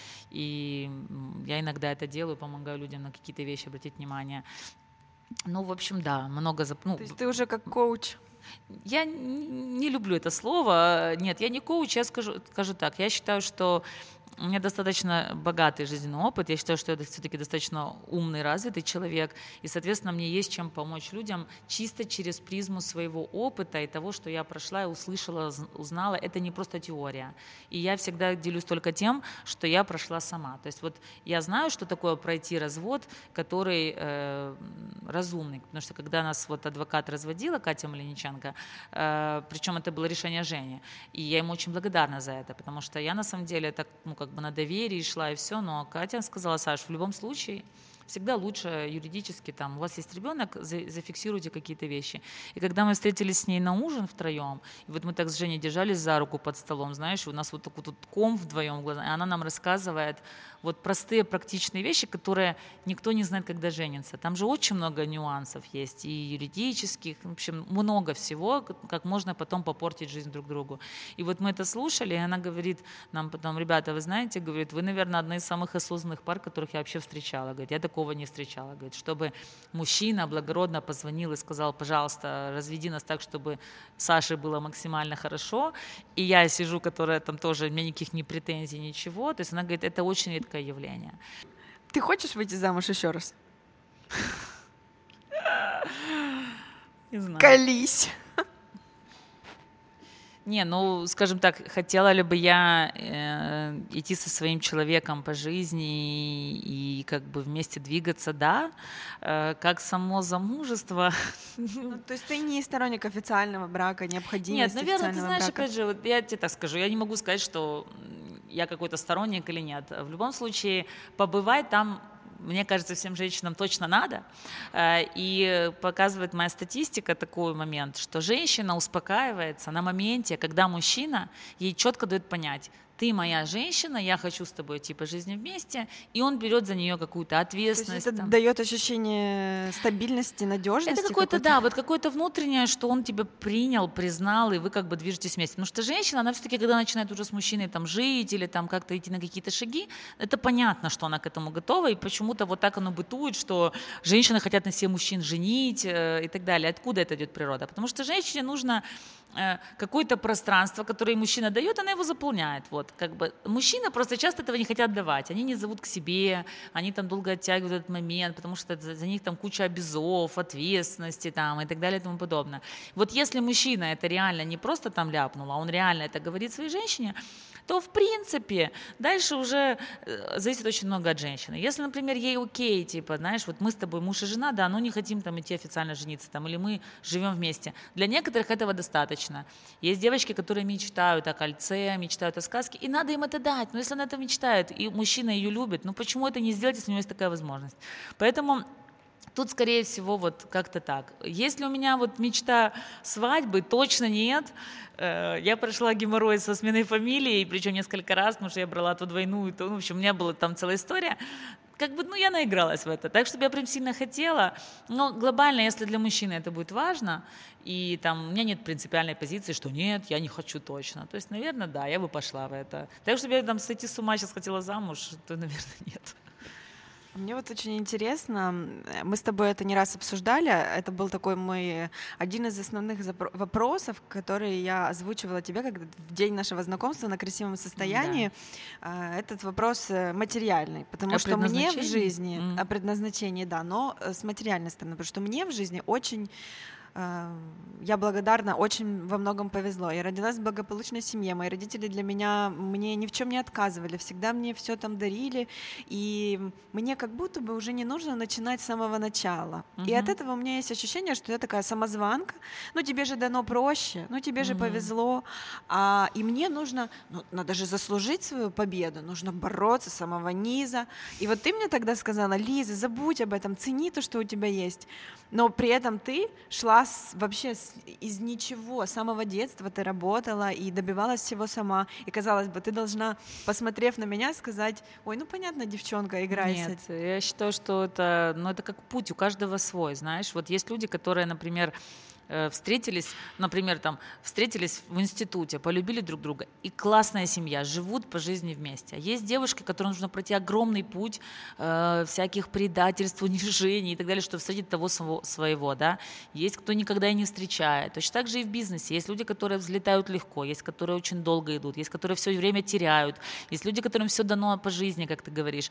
[SPEAKER 1] И я иногда это делаю, помогаю людям на какие-то вещи обратить внимание. В общем, да, много...
[SPEAKER 2] То есть ты уже как коуч?
[SPEAKER 1] Я не люблю это слово. Нет, я не коуч, я скажу так. Я считаю, что у меня достаточно богатый жизненный опыт, я считаю, что я все-таки достаточно умный, развитый человек, и, соответственно, мне есть чем помочь людям чисто через призму своего опыта и того, что я прошла и услышала, узнала. Это не просто теория. И я всегда делюсь только тем, что я прошла сама. То есть вот я знаю, что такое пройти развод, который разумный, потому что когда нас вот адвокат разводила, Катя Малиниченко, причем это было решение Жени, и я ему очень благодарна за это, потому что я на самом деле так, на доверии шла и все, но Катя сказала: Саш, в любом случае всегда лучше юридически, у вас есть ребенок, зафиксируйте какие-то вещи. И когда мы встретились с ней на ужин втроем, и вот мы так с Женей держались за руку под столом, знаешь, у нас вот такой тут ком вдвоем в глазах, и она нам рассказывает вот простые практичные вещи, которые никто не знает, когда женится. Там же очень много нюансов есть, и юридических, в общем, много всего, как можно потом попортить жизнь друг другу. И вот мы это слушали, и она говорит нам потом: ребята, вы знаете, говорит, вы, наверное, одна из самых осознанных пар, которых я вообще встречала. Говорит, я такого не встречала. Говорит, чтобы мужчина благородно позвонил и сказал: пожалуйста, разведи нас так, чтобы Саше было максимально хорошо. И я сижу, которая там тоже, у меня никаких ни претензий, ничего. То есть она говорит, это очень редкое явление.
[SPEAKER 2] Ты хочешь выйти замуж еще раз?
[SPEAKER 1] Не знаю.
[SPEAKER 2] Колись.
[SPEAKER 1] Скажем так, хотела ли бы я идти со своим человеком по жизни и как бы вместе двигаться, да, как само замужество.
[SPEAKER 2] То есть ты не сторонник официального брака, необходимости официального брака?
[SPEAKER 1] Нет, наверное, ты знаешь,
[SPEAKER 2] брака.
[SPEAKER 1] Опять же, вот я тебе так скажу, я не могу сказать, что я какой-то сторонник или нет. В любом случае, побывать там, мне кажется, всем женщинам точно надо. И показывает моя статистика такой момент, что женщина успокаивается на моменте, когда мужчина ей четко дает понять: ты моя женщина, я хочу с тобой идти по жизни вместе, и он берет за нее какую-то ответственность.
[SPEAKER 2] То есть это дает ощущение стабильности, надежности?
[SPEAKER 1] Это какое-то внутреннее, что он тебя принял, признал, и вы как бы движетесь вместе. Потому что женщина, она все-таки, когда начинает уже с мужчиной жить или как-то идти на какие-то шаги, это понятно, что она к этому готова, и почему-то вот так оно бытует, что женщины хотят на себе мужчин женить и так далее. Откуда это идет природа? Потому что женщине нужно какое-то пространство, которое мужчина дает, она его заполняет. Вот, мужчины просто часто этого не хотят давать. Они не зовут к себе, они долго оттягивают этот момент, потому что за них куча обязов, ответственности и так далее и тому подобное. Вот если мужчина это реально не просто ляпнул, а он реально это говорит своей женщине, то в принципе дальше уже зависит очень много от женщины. Если, например, ей окей, знаешь, вот мы с тобой муж и жена, да, но не хотим идти официально жениться, или мы живем вместе. Для некоторых этого достаточно. Есть девочки, которые мечтают о кольце, мечтают о сказке, и надо им это дать. Но если она это мечтает, и мужчина ее любит, почему это не сделать, если у него есть такая возможность? Поэтому Тут, скорее всего, вот как-то так. Если у меня вот мечта свадьбы, точно нет. Я прошла геморрой со сменой фамилии, причем несколько раз, потому что я брала то двойную, то, в общем, у меня была там целая история. Как бы, я наигралась в это, так, чтобы я прям сильно хотела. Но глобально, если для мужчины это будет важно, и там у меня нет принципиальной позиции, что нет, я не хочу точно. То есть, наверное, да, я бы пошла в это. Так, чтобы я там сойти с ума сейчас хотела замуж, то, наверное, нет.
[SPEAKER 2] Мне вот очень интересно, мы с тобой это не раз обсуждали, это был такой один из основных вопросов, которые я озвучивала тебе, когда в день нашего знакомства на красивом состоянии. Да. Этот вопрос материальный, потому что мне в жизни, о предназначении, да, но с материальной стороны, потому что мне в жизни очень... Я благодарна, очень во многом повезло. Я родилась в благополучной семье, мои родители мне ни в чем не отказывали, всегда мне все там дарили, и мне как будто бы уже не нужно начинать с самого начала. И от этого у меня есть ощущение, что я такая самозванка, тебе же дано проще, тебе же повезло, и мне нужно, надо же заслужить свою победу, нужно бороться с самого низа. И вот ты мне тогда сказала: Лиза, забудь об этом, цени то, что у тебя есть. Но при этом ты шла вообще из ничего, с самого детства ты работала и добивалась всего сама. И, казалось бы, ты должна, посмотрев на меня, сказать: ой, понятно, девчонка, играйся.
[SPEAKER 1] Нет, я считаю, что это как путь, у каждого свой, знаешь. Вот есть люди, которые, например, встретились в институте, полюбили друг друга, и классная семья, живут по жизни вместе. А есть девушки, которым нужно пройти огромный путь всяких предательств, унижений и так далее, чтобы встретить того своего, да. Есть кто никогда и не встречает. Точно так же и в бизнесе. Есть люди, которые взлетают легко, есть, которые очень долго идут, есть, которые все время теряют, есть люди, которым все дано по жизни, как ты говоришь.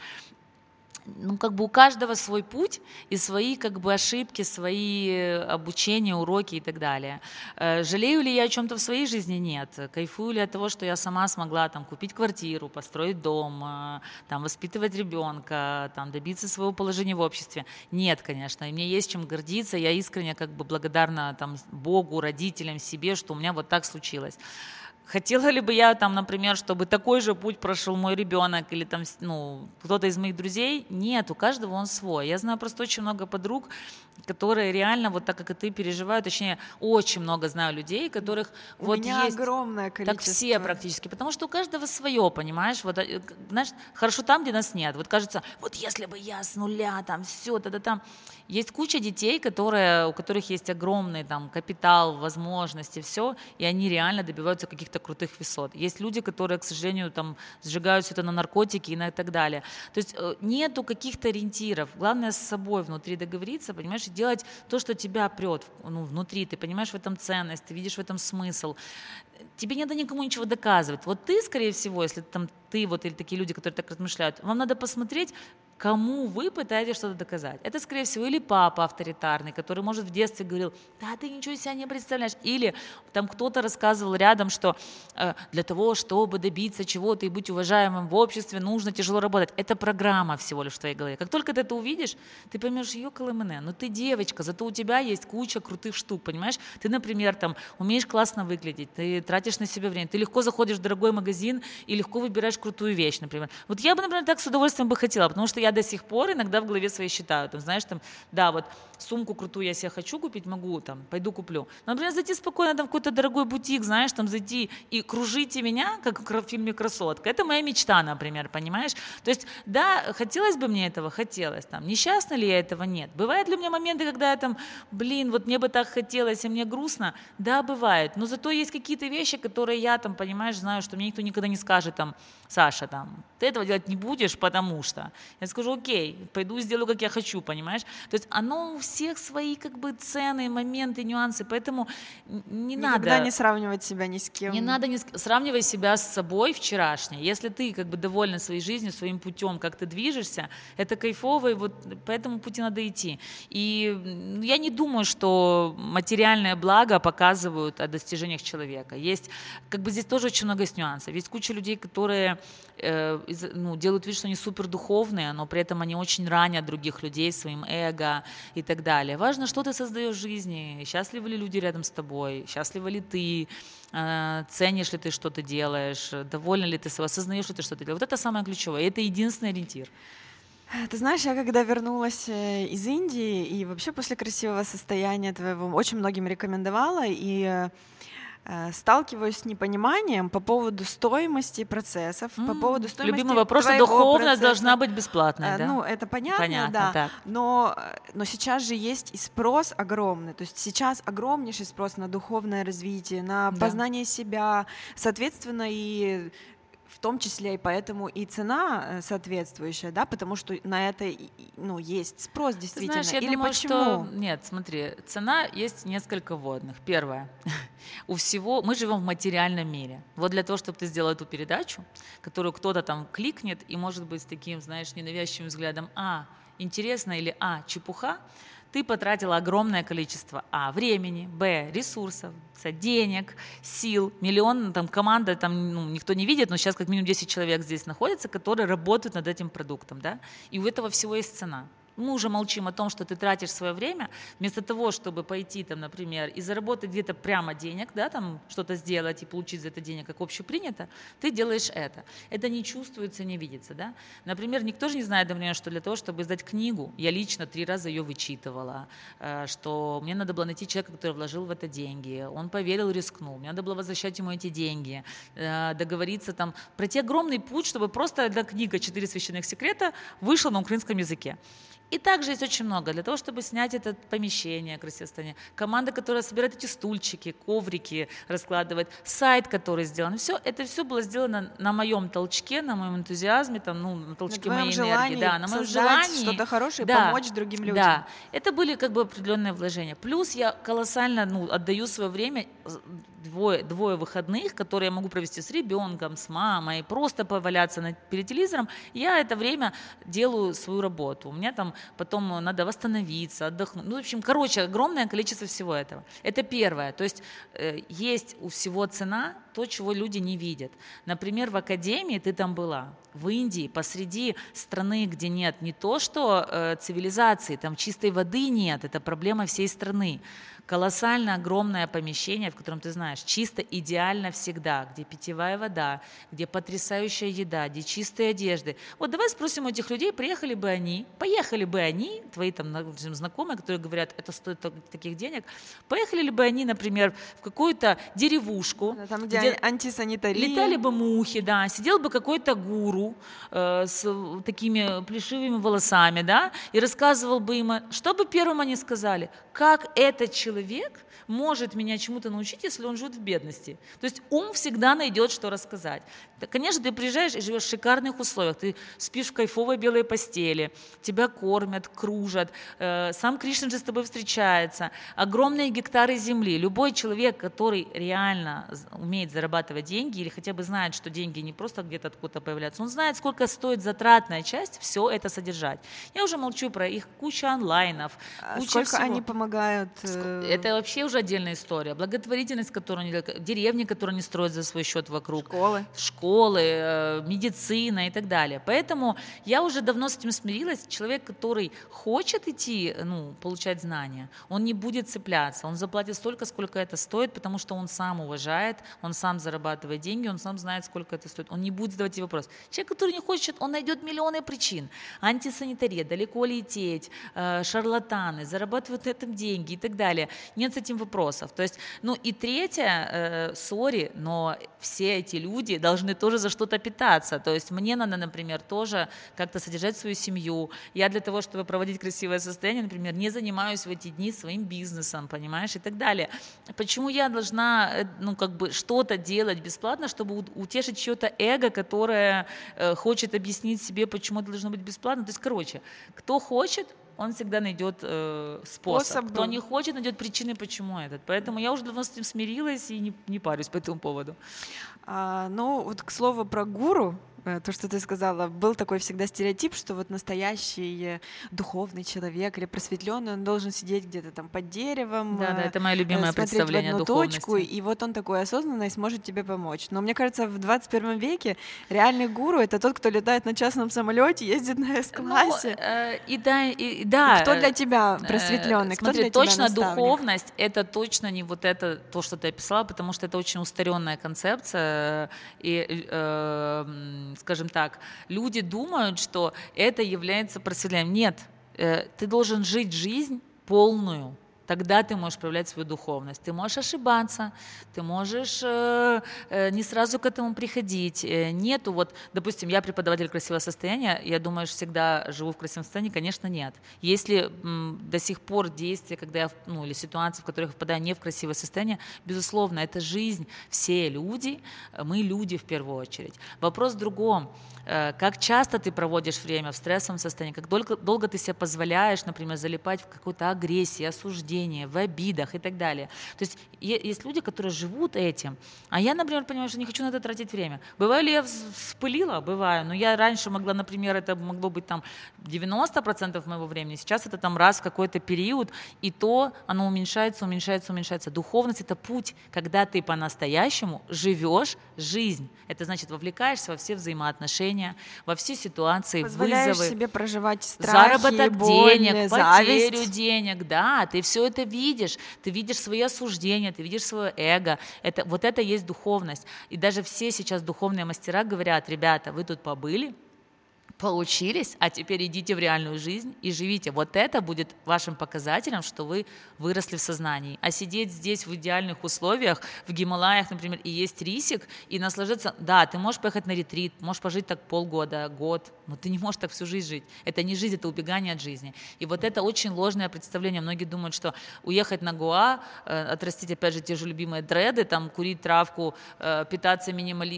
[SPEAKER 1] У каждого свой путь и свои ошибки, свои обучения, уроки и так далее. Жалею ли я о чем-то в своей жизни? Нет. Кайфую ли от того, что я сама смогла купить квартиру, построить дом, воспитывать ребенка, добиться своего положения в обществе? Нет, конечно. И мне есть чем гордиться. Я искренне благодарна Богу, родителям, себе, что у меня вот так случилось. Хотела ли бы я, например, чтобы такой же путь прошел мой ребенок или кто-то из моих друзей? Нет, у каждого он свой. Я знаю просто очень много подруг, которые реально вот так, как и ты, переживают. Точнее, очень много знаю людей, которых
[SPEAKER 2] у меня есть огромное количество.
[SPEAKER 1] Так все практически, потому что у каждого свое, понимаешь? Вот, знаешь, хорошо там, где нас нет. Вот кажется, вот если бы я с нуля, все, там. Есть куча детей, у которых есть огромный капитал, возможности, все, и они реально добиваются каких-то крутых высот. Есть люди, которые, к сожалению, сжигают все это на наркотики и так далее. То есть нету каких-то ориентиров. Главное с собой внутри договориться, понимаешь, и делать то, что тебя прет внутри. Ты понимаешь в этом ценность, ты видишь в этом смысл. Тебе не надо никому ничего доказывать. Вот ты, скорее всего, если ты или такие люди, которые так размышляют, вам надо посмотреть, кому вы пытаетесь что-то доказать. Это, скорее всего, или папа авторитарный, который, может, в детстве говорил: да, ты ничего из себя не представляешь. Или кто-то рассказывал рядом, что для того, чтобы добиться чего-то и быть уважаемым в обществе, нужно тяжело работать. Это программа всего лишь в твоей голове. Как только ты это увидишь, ты поймешь: ёкалэмэне, ты девочка, зато у тебя есть куча крутых штук, понимаешь? Ты, например, умеешь классно выглядеть, ты тратишь на себя время, ты легко заходишь в дорогой магазин и легко выбираешь крутую вещь, например. Вот я бы, например, так с удовольствием бы хотела, потому что я до сих пор иногда в голове своей считаю, сумку крутую я себе хочу купить, могу, пойду куплю. Но, например, зайти спокойно в какой-то дорогой бутик, зайти и кружите меня, как в фильме «Красотка». Это моя мечта, например, понимаешь? То есть, да, хотелось бы мне этого, хотелось. Несчастна ли я этого? Нет. Бывают ли у меня моменты, когда я мне бы так хотелось, и мне грустно? Да, бывает. Но зато есть какие-то вещи, которые я понимаешь, знаю, что мне никто никогда не скажет, Саша, ты этого делать не будешь, потому что. Я скажу: окей, пойду и сделаю, как я хочу, понимаешь? То есть оно у всех свои цены, моменты, нюансы, поэтому не надо...
[SPEAKER 2] Никогда не сравнивать себя ни с кем.
[SPEAKER 1] Не надо сравнивать себя с собой вчерашней. Если ты довольна своей жизнью, своим путем, как ты движешься, это кайфово, и вот по этому пути надо идти. И я не думаю, что материальное благо показывают о достижениях человека. Есть, здесь тоже очень много нюансов. Есть куча людей, которые делают вид, что они супердуховные, но при этом они очень ранят других людей своим эго и так далее. Важно, что ты создаешь в жизни, счастливы ли люди рядом с тобой, счастлива ли ты, ценишь ли ты, что ты делаешь, довольна ли ты собой, осознаешь ли ты, что ты делаешь. Вот это самое ключевое, и это единственный ориентир.
[SPEAKER 2] Ты знаешь, я когда вернулась из Индии и вообще после красивого состояния твоего очень многим рекомендовала, и сталкиваюсь с непониманием по поводу стоимости процессов, по поводу стоимости
[SPEAKER 1] любимый вопрос, духовность должна быть бесплатной, да?
[SPEAKER 2] Ну, это понятно, да.
[SPEAKER 1] Так.
[SPEAKER 2] Но сейчас же есть и спрос огромный. То есть сейчас огромнейший спрос на духовное развитие, на познание себя, соответственно, и в том числе и поэтому и цена соответствующая, да, потому что на это, ну, есть спрос действительно.
[SPEAKER 1] Знаешь, я
[SPEAKER 2] Или
[SPEAKER 1] думаю,
[SPEAKER 2] почему?
[SPEAKER 1] что... Нет, смотри, цена есть несколько вводных. Первое. У всего... Мы живем в материальном мире. Вот для того, чтобы ты сделал эту передачу, которую кто-то там кликнет и, может быть, с таким, знаешь, ненавязчивым взглядом, интересно или чепуха, ты потратила огромное количество времени, ресурсов, денег, сил, миллион, там команда, там никто не видит, но сейчас как минимум 10 человек здесь находится, которые работают над этим продуктом, да, и у этого всего есть цена. Мы уже молчим о том, что ты тратишь свое время, вместо того, чтобы пойти, там, например, и заработать где-то прямо денег, да, там, что-то сделать и получить за это денег, как общепринято, ты делаешь это. Это не чувствуется, не видится, да. Например, никто же не знает, например, что для того, чтобы издать книгу, я лично 3 раза ее вычитывала, что мне надо было найти человека, который вложил в это деньги, он поверил, рискнул, мне надо было возвращать ему эти деньги, договориться там, пройти огромный путь, чтобы просто одна книга «4 священных секрета» вышла на украинском языке. И также есть очень много для того, чтобы снять это помещение красивое. Команда, которая собирает эти стульчики, коврики раскладывает, сайт, который сделан. Это все было сделано на моем толчке, на моем энтузиазме, на толчке моей энергии. Да, на моем желании
[SPEAKER 2] что-то хорошее, помочь другим людям.
[SPEAKER 1] Да, это были как бы определенные вложения. Плюс я колоссально отдаю свое время, двое выходных, которые я могу провести с ребенком, с мамой, просто поваляться перед телевизором. Я это время делаю свою работу. У меня там потом надо восстановиться, отдохнуть. В общем, огромное количество всего этого. Это первое. То есть есть у всего цена, то, чего люди не видят. Например, в академии ты там была, в Индии, посреди страны, где нет не то, что цивилизации, там чистой воды нет, это проблема всей страны. Колоссально огромное помещение, в котором, ты знаешь, чисто идеально всегда, где питьевая вода, где потрясающая еда, где чистые одежды. Вот давай спросим у этих людей, поехали бы они, твои там знакомые, которые говорят, это стоит таких денег, поехали ли бы они, например, в какую-то деревушку,
[SPEAKER 2] там, где антисанитария.
[SPEAKER 1] Летали бы мухи, да, сидел бы какой-то гуру с такими плешивыми волосами, да, и рассказывал бы им, что бы первым они сказали, как этот человек может меня чему-то научить, если он живет в бедности. То есть ум всегда найдет, что рассказать. Конечно, ты приезжаешь и живешь в шикарных условиях, ты спишь в кайфовой белой постели, тебя кормят, кружат, сам Кришна же с тобой встречается, огромные гектары земли. Любой человек, который реально умеет зарабатывать деньги или хотя бы знает, что деньги не просто где-то откуда-то появляются, он знает, сколько стоит затратная часть все это содержать. Я уже молчу про их куча онлайнов, куча
[SPEAKER 2] сколько
[SPEAKER 1] всего.
[SPEAKER 2] Они помогают?
[SPEAKER 1] Это вообще уже отдельная история. Благотворительность, которую они, деревни, которые они строят за свой счет вокруг. Школы, медицина и так далее. Поэтому я уже давно с этим смирилась. Человек, который хочет идти, получать знания, он не будет цепляться. Он заплатит столько, сколько это стоит, потому что он сам уважает, он сам зарабатывает деньги, он сам знает, сколько это стоит. Он не будет задавать тебе вопрос. Человек, который не хочет, он найдет миллионы причин. Антисанитария, далеко лететь, шарлатаны, зарабатывают на этом деньги и так далее. Нет с этим вопросов. То есть, и третье, сори, но все эти люди должны тоже за что-то питаться. То есть мне надо, например, тоже как-то содержать свою семью. Я для того, чтобы проводить красивое состояние, например, не занимаюсь в эти дни своим бизнесом, понимаешь, и так далее. Почему я должна, что-то делать бесплатно, чтобы утешить чье-то эго, которое хочет объяснить себе, почему это должно быть бесплатно? То есть, кто хочет, он всегда найдет способ. Кто не хочет, найдет причины, почему этот. Поэтому я уже давно с этим смирилась и не парюсь по этому поводу.
[SPEAKER 2] К слову про гуру, то, что ты сказала, был такой всегда стереотип, что вот настоящий духовный человек или просветленный, он должен сидеть где-то там под деревом,
[SPEAKER 1] да, это мое любимое представление
[SPEAKER 2] в одну
[SPEAKER 1] духовности.
[SPEAKER 2] Точку, и вот он такой осознанный сможет тебе помочь. Но мне кажется, в 21 веке реальный гуру — это тот, кто летает на частном самолете, ездит на С-классе.
[SPEAKER 1] Да.
[SPEAKER 2] Кто для тебя просветленный?
[SPEAKER 1] Смотри, точно духовность — это точно не вот это, то, что ты описала, потому что это очень устаренная концепция, и скажем так, люди думают, что это является просветлением. Нет, ты должен жить жизнь полную. Тогда ты можешь проявлять свою духовность. Ты можешь ошибаться, ты можешь не сразу к этому приходить. Нету вот, допустим, я преподаватель красивого состояния, я думаю, что всегда живу в красивом состоянии, конечно, нет. Если до сих пор действия, когда я, или ситуации, в которых я впадаю не в красивое состояние, безусловно, это жизнь. Все люди, мы люди в первую очередь. Вопрос в другом. Как часто ты проводишь время в стрессовом состоянии, как долго ты себе позволяешь, например, залипать в какой-то агрессии, осуждении, в обидах и так далее. То есть есть люди, которые живут этим, а я, например, понимаю, что не хочу на это тратить время. Бываю ли я вспылила? Бываю, но я раньше могла, например, это могло быть там 90% моего времени, сейчас это там раз в какой-то период, и то оно уменьшается. Духовность — это путь, когда ты по-настоящему живешь жизнь. Это значит, вовлекаешься во все взаимоотношения, во все ситуации,
[SPEAKER 2] позволяешь
[SPEAKER 1] вызовы.
[SPEAKER 2] себе проживать страхи,
[SPEAKER 1] заработок
[SPEAKER 2] боль,
[SPEAKER 1] денег,
[SPEAKER 2] зависть.
[SPEAKER 1] потерю денег, да, ты все это видишь, ты видишь свои осуждения, ты видишь свое эго, вот это есть духовность. И даже все сейчас духовные мастера говорят: ребята, вы тут побыли, поучились, а теперь идите в реальную жизнь и живите. Вот это будет вашим показателем, что вы выросли в сознании. А сидеть здесь в идеальных условиях, в Гималаях, например, и есть рисик, и наслаждаться... Да, ты можешь поехать на ретрит, можешь пожить так полгода, год, но ты не можешь так всю жизнь жить. Это не жизнь, это убегание от жизни. И вот это очень ложное представление. Многие думают, что уехать на Гоа, отрастить, опять же, те же любимые дреды, там, курить травку, питаться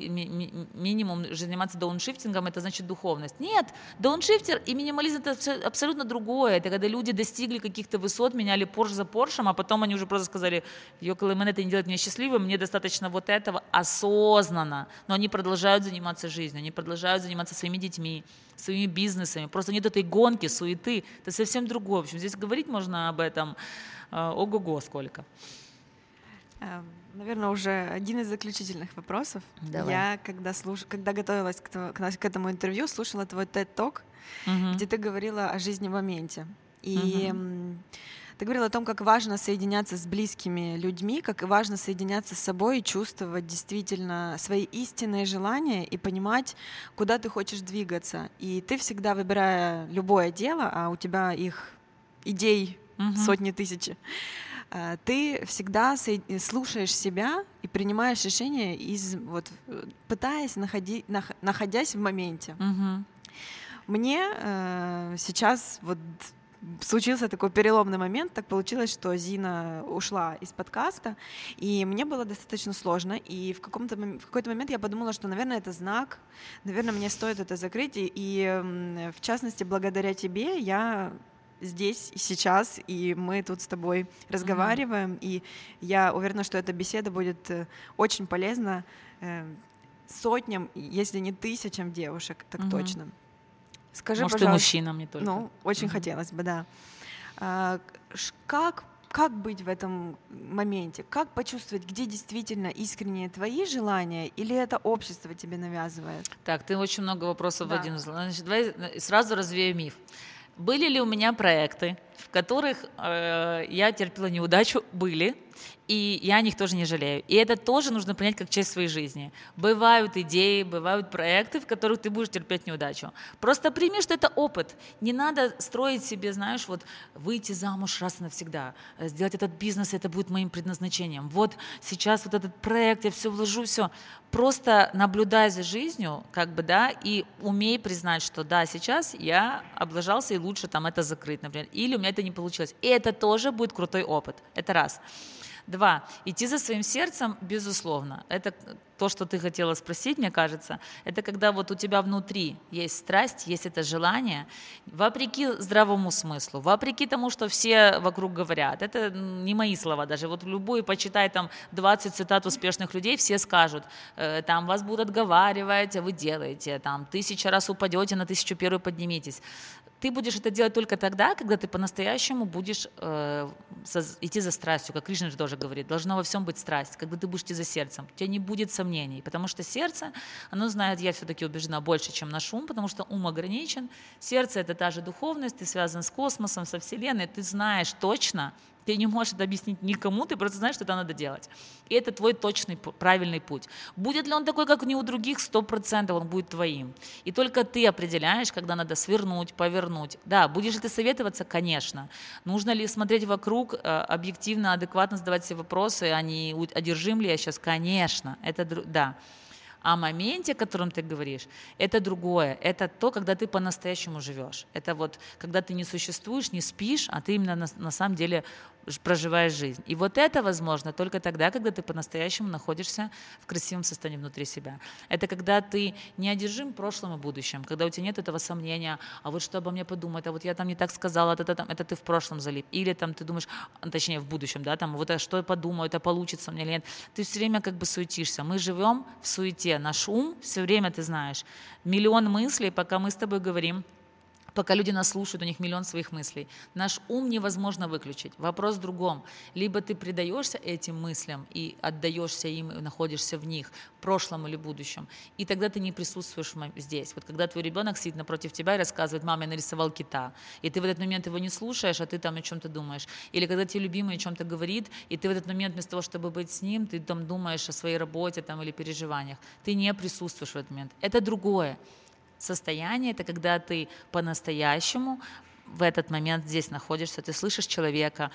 [SPEAKER 1] минимум, заниматься дауншифтингом, это значит духовность. Нет, дауншифтер и минимализм — это абсолютно другое. Это когда люди достигли каких-то высот, меняли Порш за Поршем, а потом они уже просто сказали: «Йокол, это не делает меня счастливым, мне достаточно вот этого», осознанно. Но они продолжают заниматься жизнью, они продолжают заниматься своими детьми, своими бизнесами. Просто нет этой гонки, суеты. Это совсем другое. В общем, здесь говорить можно об этом ого-го сколько.
[SPEAKER 2] Наверное, уже один из заключительных вопросов.
[SPEAKER 1] Давай.
[SPEAKER 2] Я, когда готовилась к этому интервью, слушала твой TED-Talk, где ты говорила о жизни в моменте. И ты говорила о том, как важно соединяться с близкими людьми, как важно соединяться с собой и чувствовать действительно свои истинные желания и понимать, куда ты хочешь двигаться. И ты всегда, выбирая любое дело, а у тебя их идей сотни тысяч, ты всегда слушаешь себя и принимаешь решения, пытаясь находясь в моменте. Мне сейчас случился такой переломный момент, так получилось, что Зина ушла из подкаста, и мне было достаточно сложно, и в какой-то момент я подумала, что, наверное, это знак, наверное, мне стоит это закрыть, и в частности, благодаря тебе я здесь и сейчас, и мы тут с тобой разговариваем, и я уверена, что эта беседа будет очень полезна сотням, если не тысячам девушек, так точно. Скажи,
[SPEAKER 1] может,
[SPEAKER 2] пожалуйста,
[SPEAKER 1] и мужчинам не только.
[SPEAKER 2] Очень хотелось бы, да. Как быть в этом моменте? Как почувствовать, где действительно искренние твои желания, или это общество тебе навязывает?
[SPEAKER 1] Так, ты очень много вопросов в один. Значит, давай сразу развею миф. Были ли у меня проекты, в которых я терпела неудачу? Были. И я о них тоже не жалею. И это тоже нужно принять как часть своей жизни. Бывают идеи, бывают проекты, в которых ты будешь терпеть неудачу. Просто прими, что это опыт. Не надо строить себе, знаешь, выйти замуж раз и навсегда, сделать этот бизнес, это будет моим предназначением. Вот сейчас вот этот проект, я все вложу, все. Просто наблюдай за жизнью, и умей признать, что да, сейчас я облажался, и лучше там это закрыть, например. Или у меня это не получилось. И это тоже будет крутой опыт. Это раз. 2. Идти за своим сердцем, безусловно. Это то, что ты хотела спросить, мне кажется. Это когда у тебя внутри есть страсть, есть это желание, вопреки здравому смыслу, вопреки тому, что все вокруг говорят. Это не мои слова даже. Любую почитай 20 цитат успешных людей, все скажут, вас будут отговаривать, а вы делаете, 1000 раз упадете, на 1001 подниметесь. Ты будешь это делать только тогда, когда ты по-настоящему будешь идти за страстью, как Кришна же тоже говорит, должна во всем быть страсть, когда ты будешь идти за сердцем, у тебя не будет сомнений, потому что сердце, оно знает, я все-таки убеждена, больше, чем наш ум, потому что ум ограничен, сердце — это та же духовность, ты связан с космосом, со Вселенной, ты знаешь точно, Ты не можешь это объяснить никому, ты просто знаешь, что это надо делать. И это твой точный, правильный путь. Будет ли он такой, как не у других? 100% он будет твоим. И только ты определяешь, когда надо свернуть, повернуть. Да, будешь ли ты советоваться? Конечно. Нужно ли смотреть вокруг, объективно, адекватно задавать себе вопросы, а не одержим ли я сейчас? Конечно, это да. А моменте, о котором ты говоришь, это другое. Это то, когда ты по-настоящему живешь. Это вот, когда ты не существуешь, не спишь, а ты именно на самом деле проживаешь жизнь. И вот это возможно только тогда, когда ты по-настоящему находишься в красивом состоянии внутри себя. Это когда ты не одержим прошлым и будущим, когда у тебя нет этого сомнения, а вот что обо мне подумают, а вот я там не так сказала, это ты в прошлом залип. Или там ты думаешь, точнее в будущем, да, там вот что я подумаю, это получится мне или нет. Ты все время как бы суетишься. Мы живем в суете. Наш ум все время, ты знаешь, миллион мыслей, пока мы с тобой говорим, пока люди нас слушают, у них миллион своих мыслей. Наш ум невозможно выключить. Вопрос в другом. Либо ты предаешься этим мыслям и отдаешься им, и находишься в них, в прошлом или будущем, и тогда ты не присутствуешь здесь. Вот когда твой ребенок сидит напротив тебя и рассказывает: мама, я нарисовал кита, и ты в этот момент его не слушаешь, а ты там о чем-то думаешь. Или когда тебе любимый о чем-то говорит, и ты в этот момент вместо того, чтобы быть с ним, ты там думаешь о своей работе там, или переживаниях. Ты не присутствуешь в этот момент. Это другое. Состояние — это когда ты по-настоящему в этот момент здесь находишься, ты слышишь человека,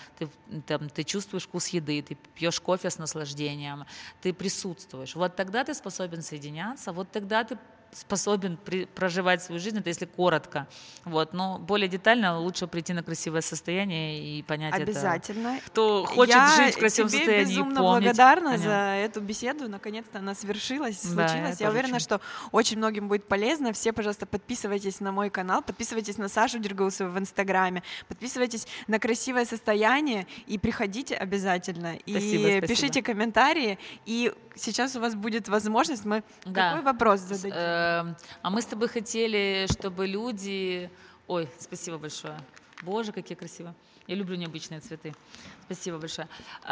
[SPEAKER 1] ты чувствуешь вкус еды, ты пьешь кофе с наслаждением, ты присутствуешь. Вот тогда ты способен соединяться, вот тогда ты способен проживать свою жизнь, это если коротко. Вот. Но более детально лучше прийти на красивое состояние и понять
[SPEAKER 2] обязательно.
[SPEAKER 1] Это. Кто хочет жить в красивом состоянии,
[SPEAKER 2] я тебе безумно благодарна за эту беседу. Наконец-то она свершилась, случилась. Я уверена, что очень многим будет полезно. Все, пожалуйста, подписывайтесь на мой канал, подписывайтесь на Сашу Дергаусову в Инстаграме, подписывайтесь на красивое состояние и приходите обязательно. Спасибо. Пишите комментарии. И сейчас у вас будет возможность. Какой вопрос зададим?
[SPEAKER 1] А мы с тобой хотели, чтобы люди... Ой, спасибо большое. Боже, какие красивые. Я люблю необычные цветы. Спасибо большое.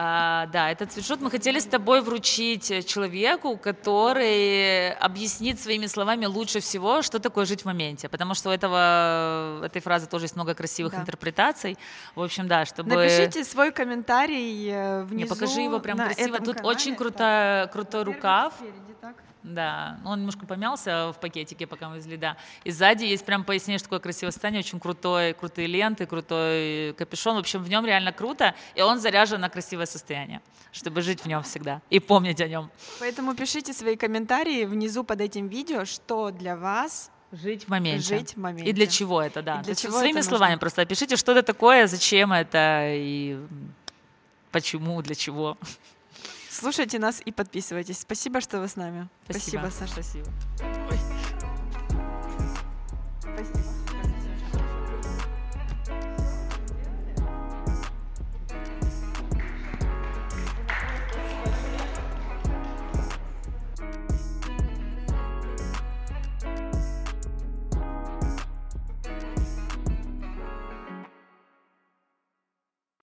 [SPEAKER 1] Да, этот цветшот мы хотели с тобой вручить человеку, который объяснит своими словами лучше всего, что такое жить в моменте. Потому что у этой фразы тоже есть много красивых интерпретаций. В общем, да, чтобы...
[SPEAKER 2] Напишите свой комментарий внизу.
[SPEAKER 1] Не, покажи его прям красиво. Тут канале. Очень крутой рукав. Спереди, так? Да, он немножко помялся в пакетике, пока мы везли, да. И сзади есть прям пояснение, что такое красивое состояние, очень крутые ленты, крутой капюшон. В общем, в нем реально круто, и он заряжен на красивое состояние, чтобы жить в нем всегда и помнить о нем.
[SPEAKER 2] Поэтому пишите свои комментарии внизу под этим видео, что для вас
[SPEAKER 1] жить в моменте.
[SPEAKER 2] Жить в моменте.
[SPEAKER 1] И для чего это, да. Своими словами просто опишите, что это такое, зачем это и почему, для чего.
[SPEAKER 2] Слушайте нас и подписывайтесь. Спасибо, что вы с нами.
[SPEAKER 1] Спасибо,
[SPEAKER 2] Саша.
[SPEAKER 1] Спасибо.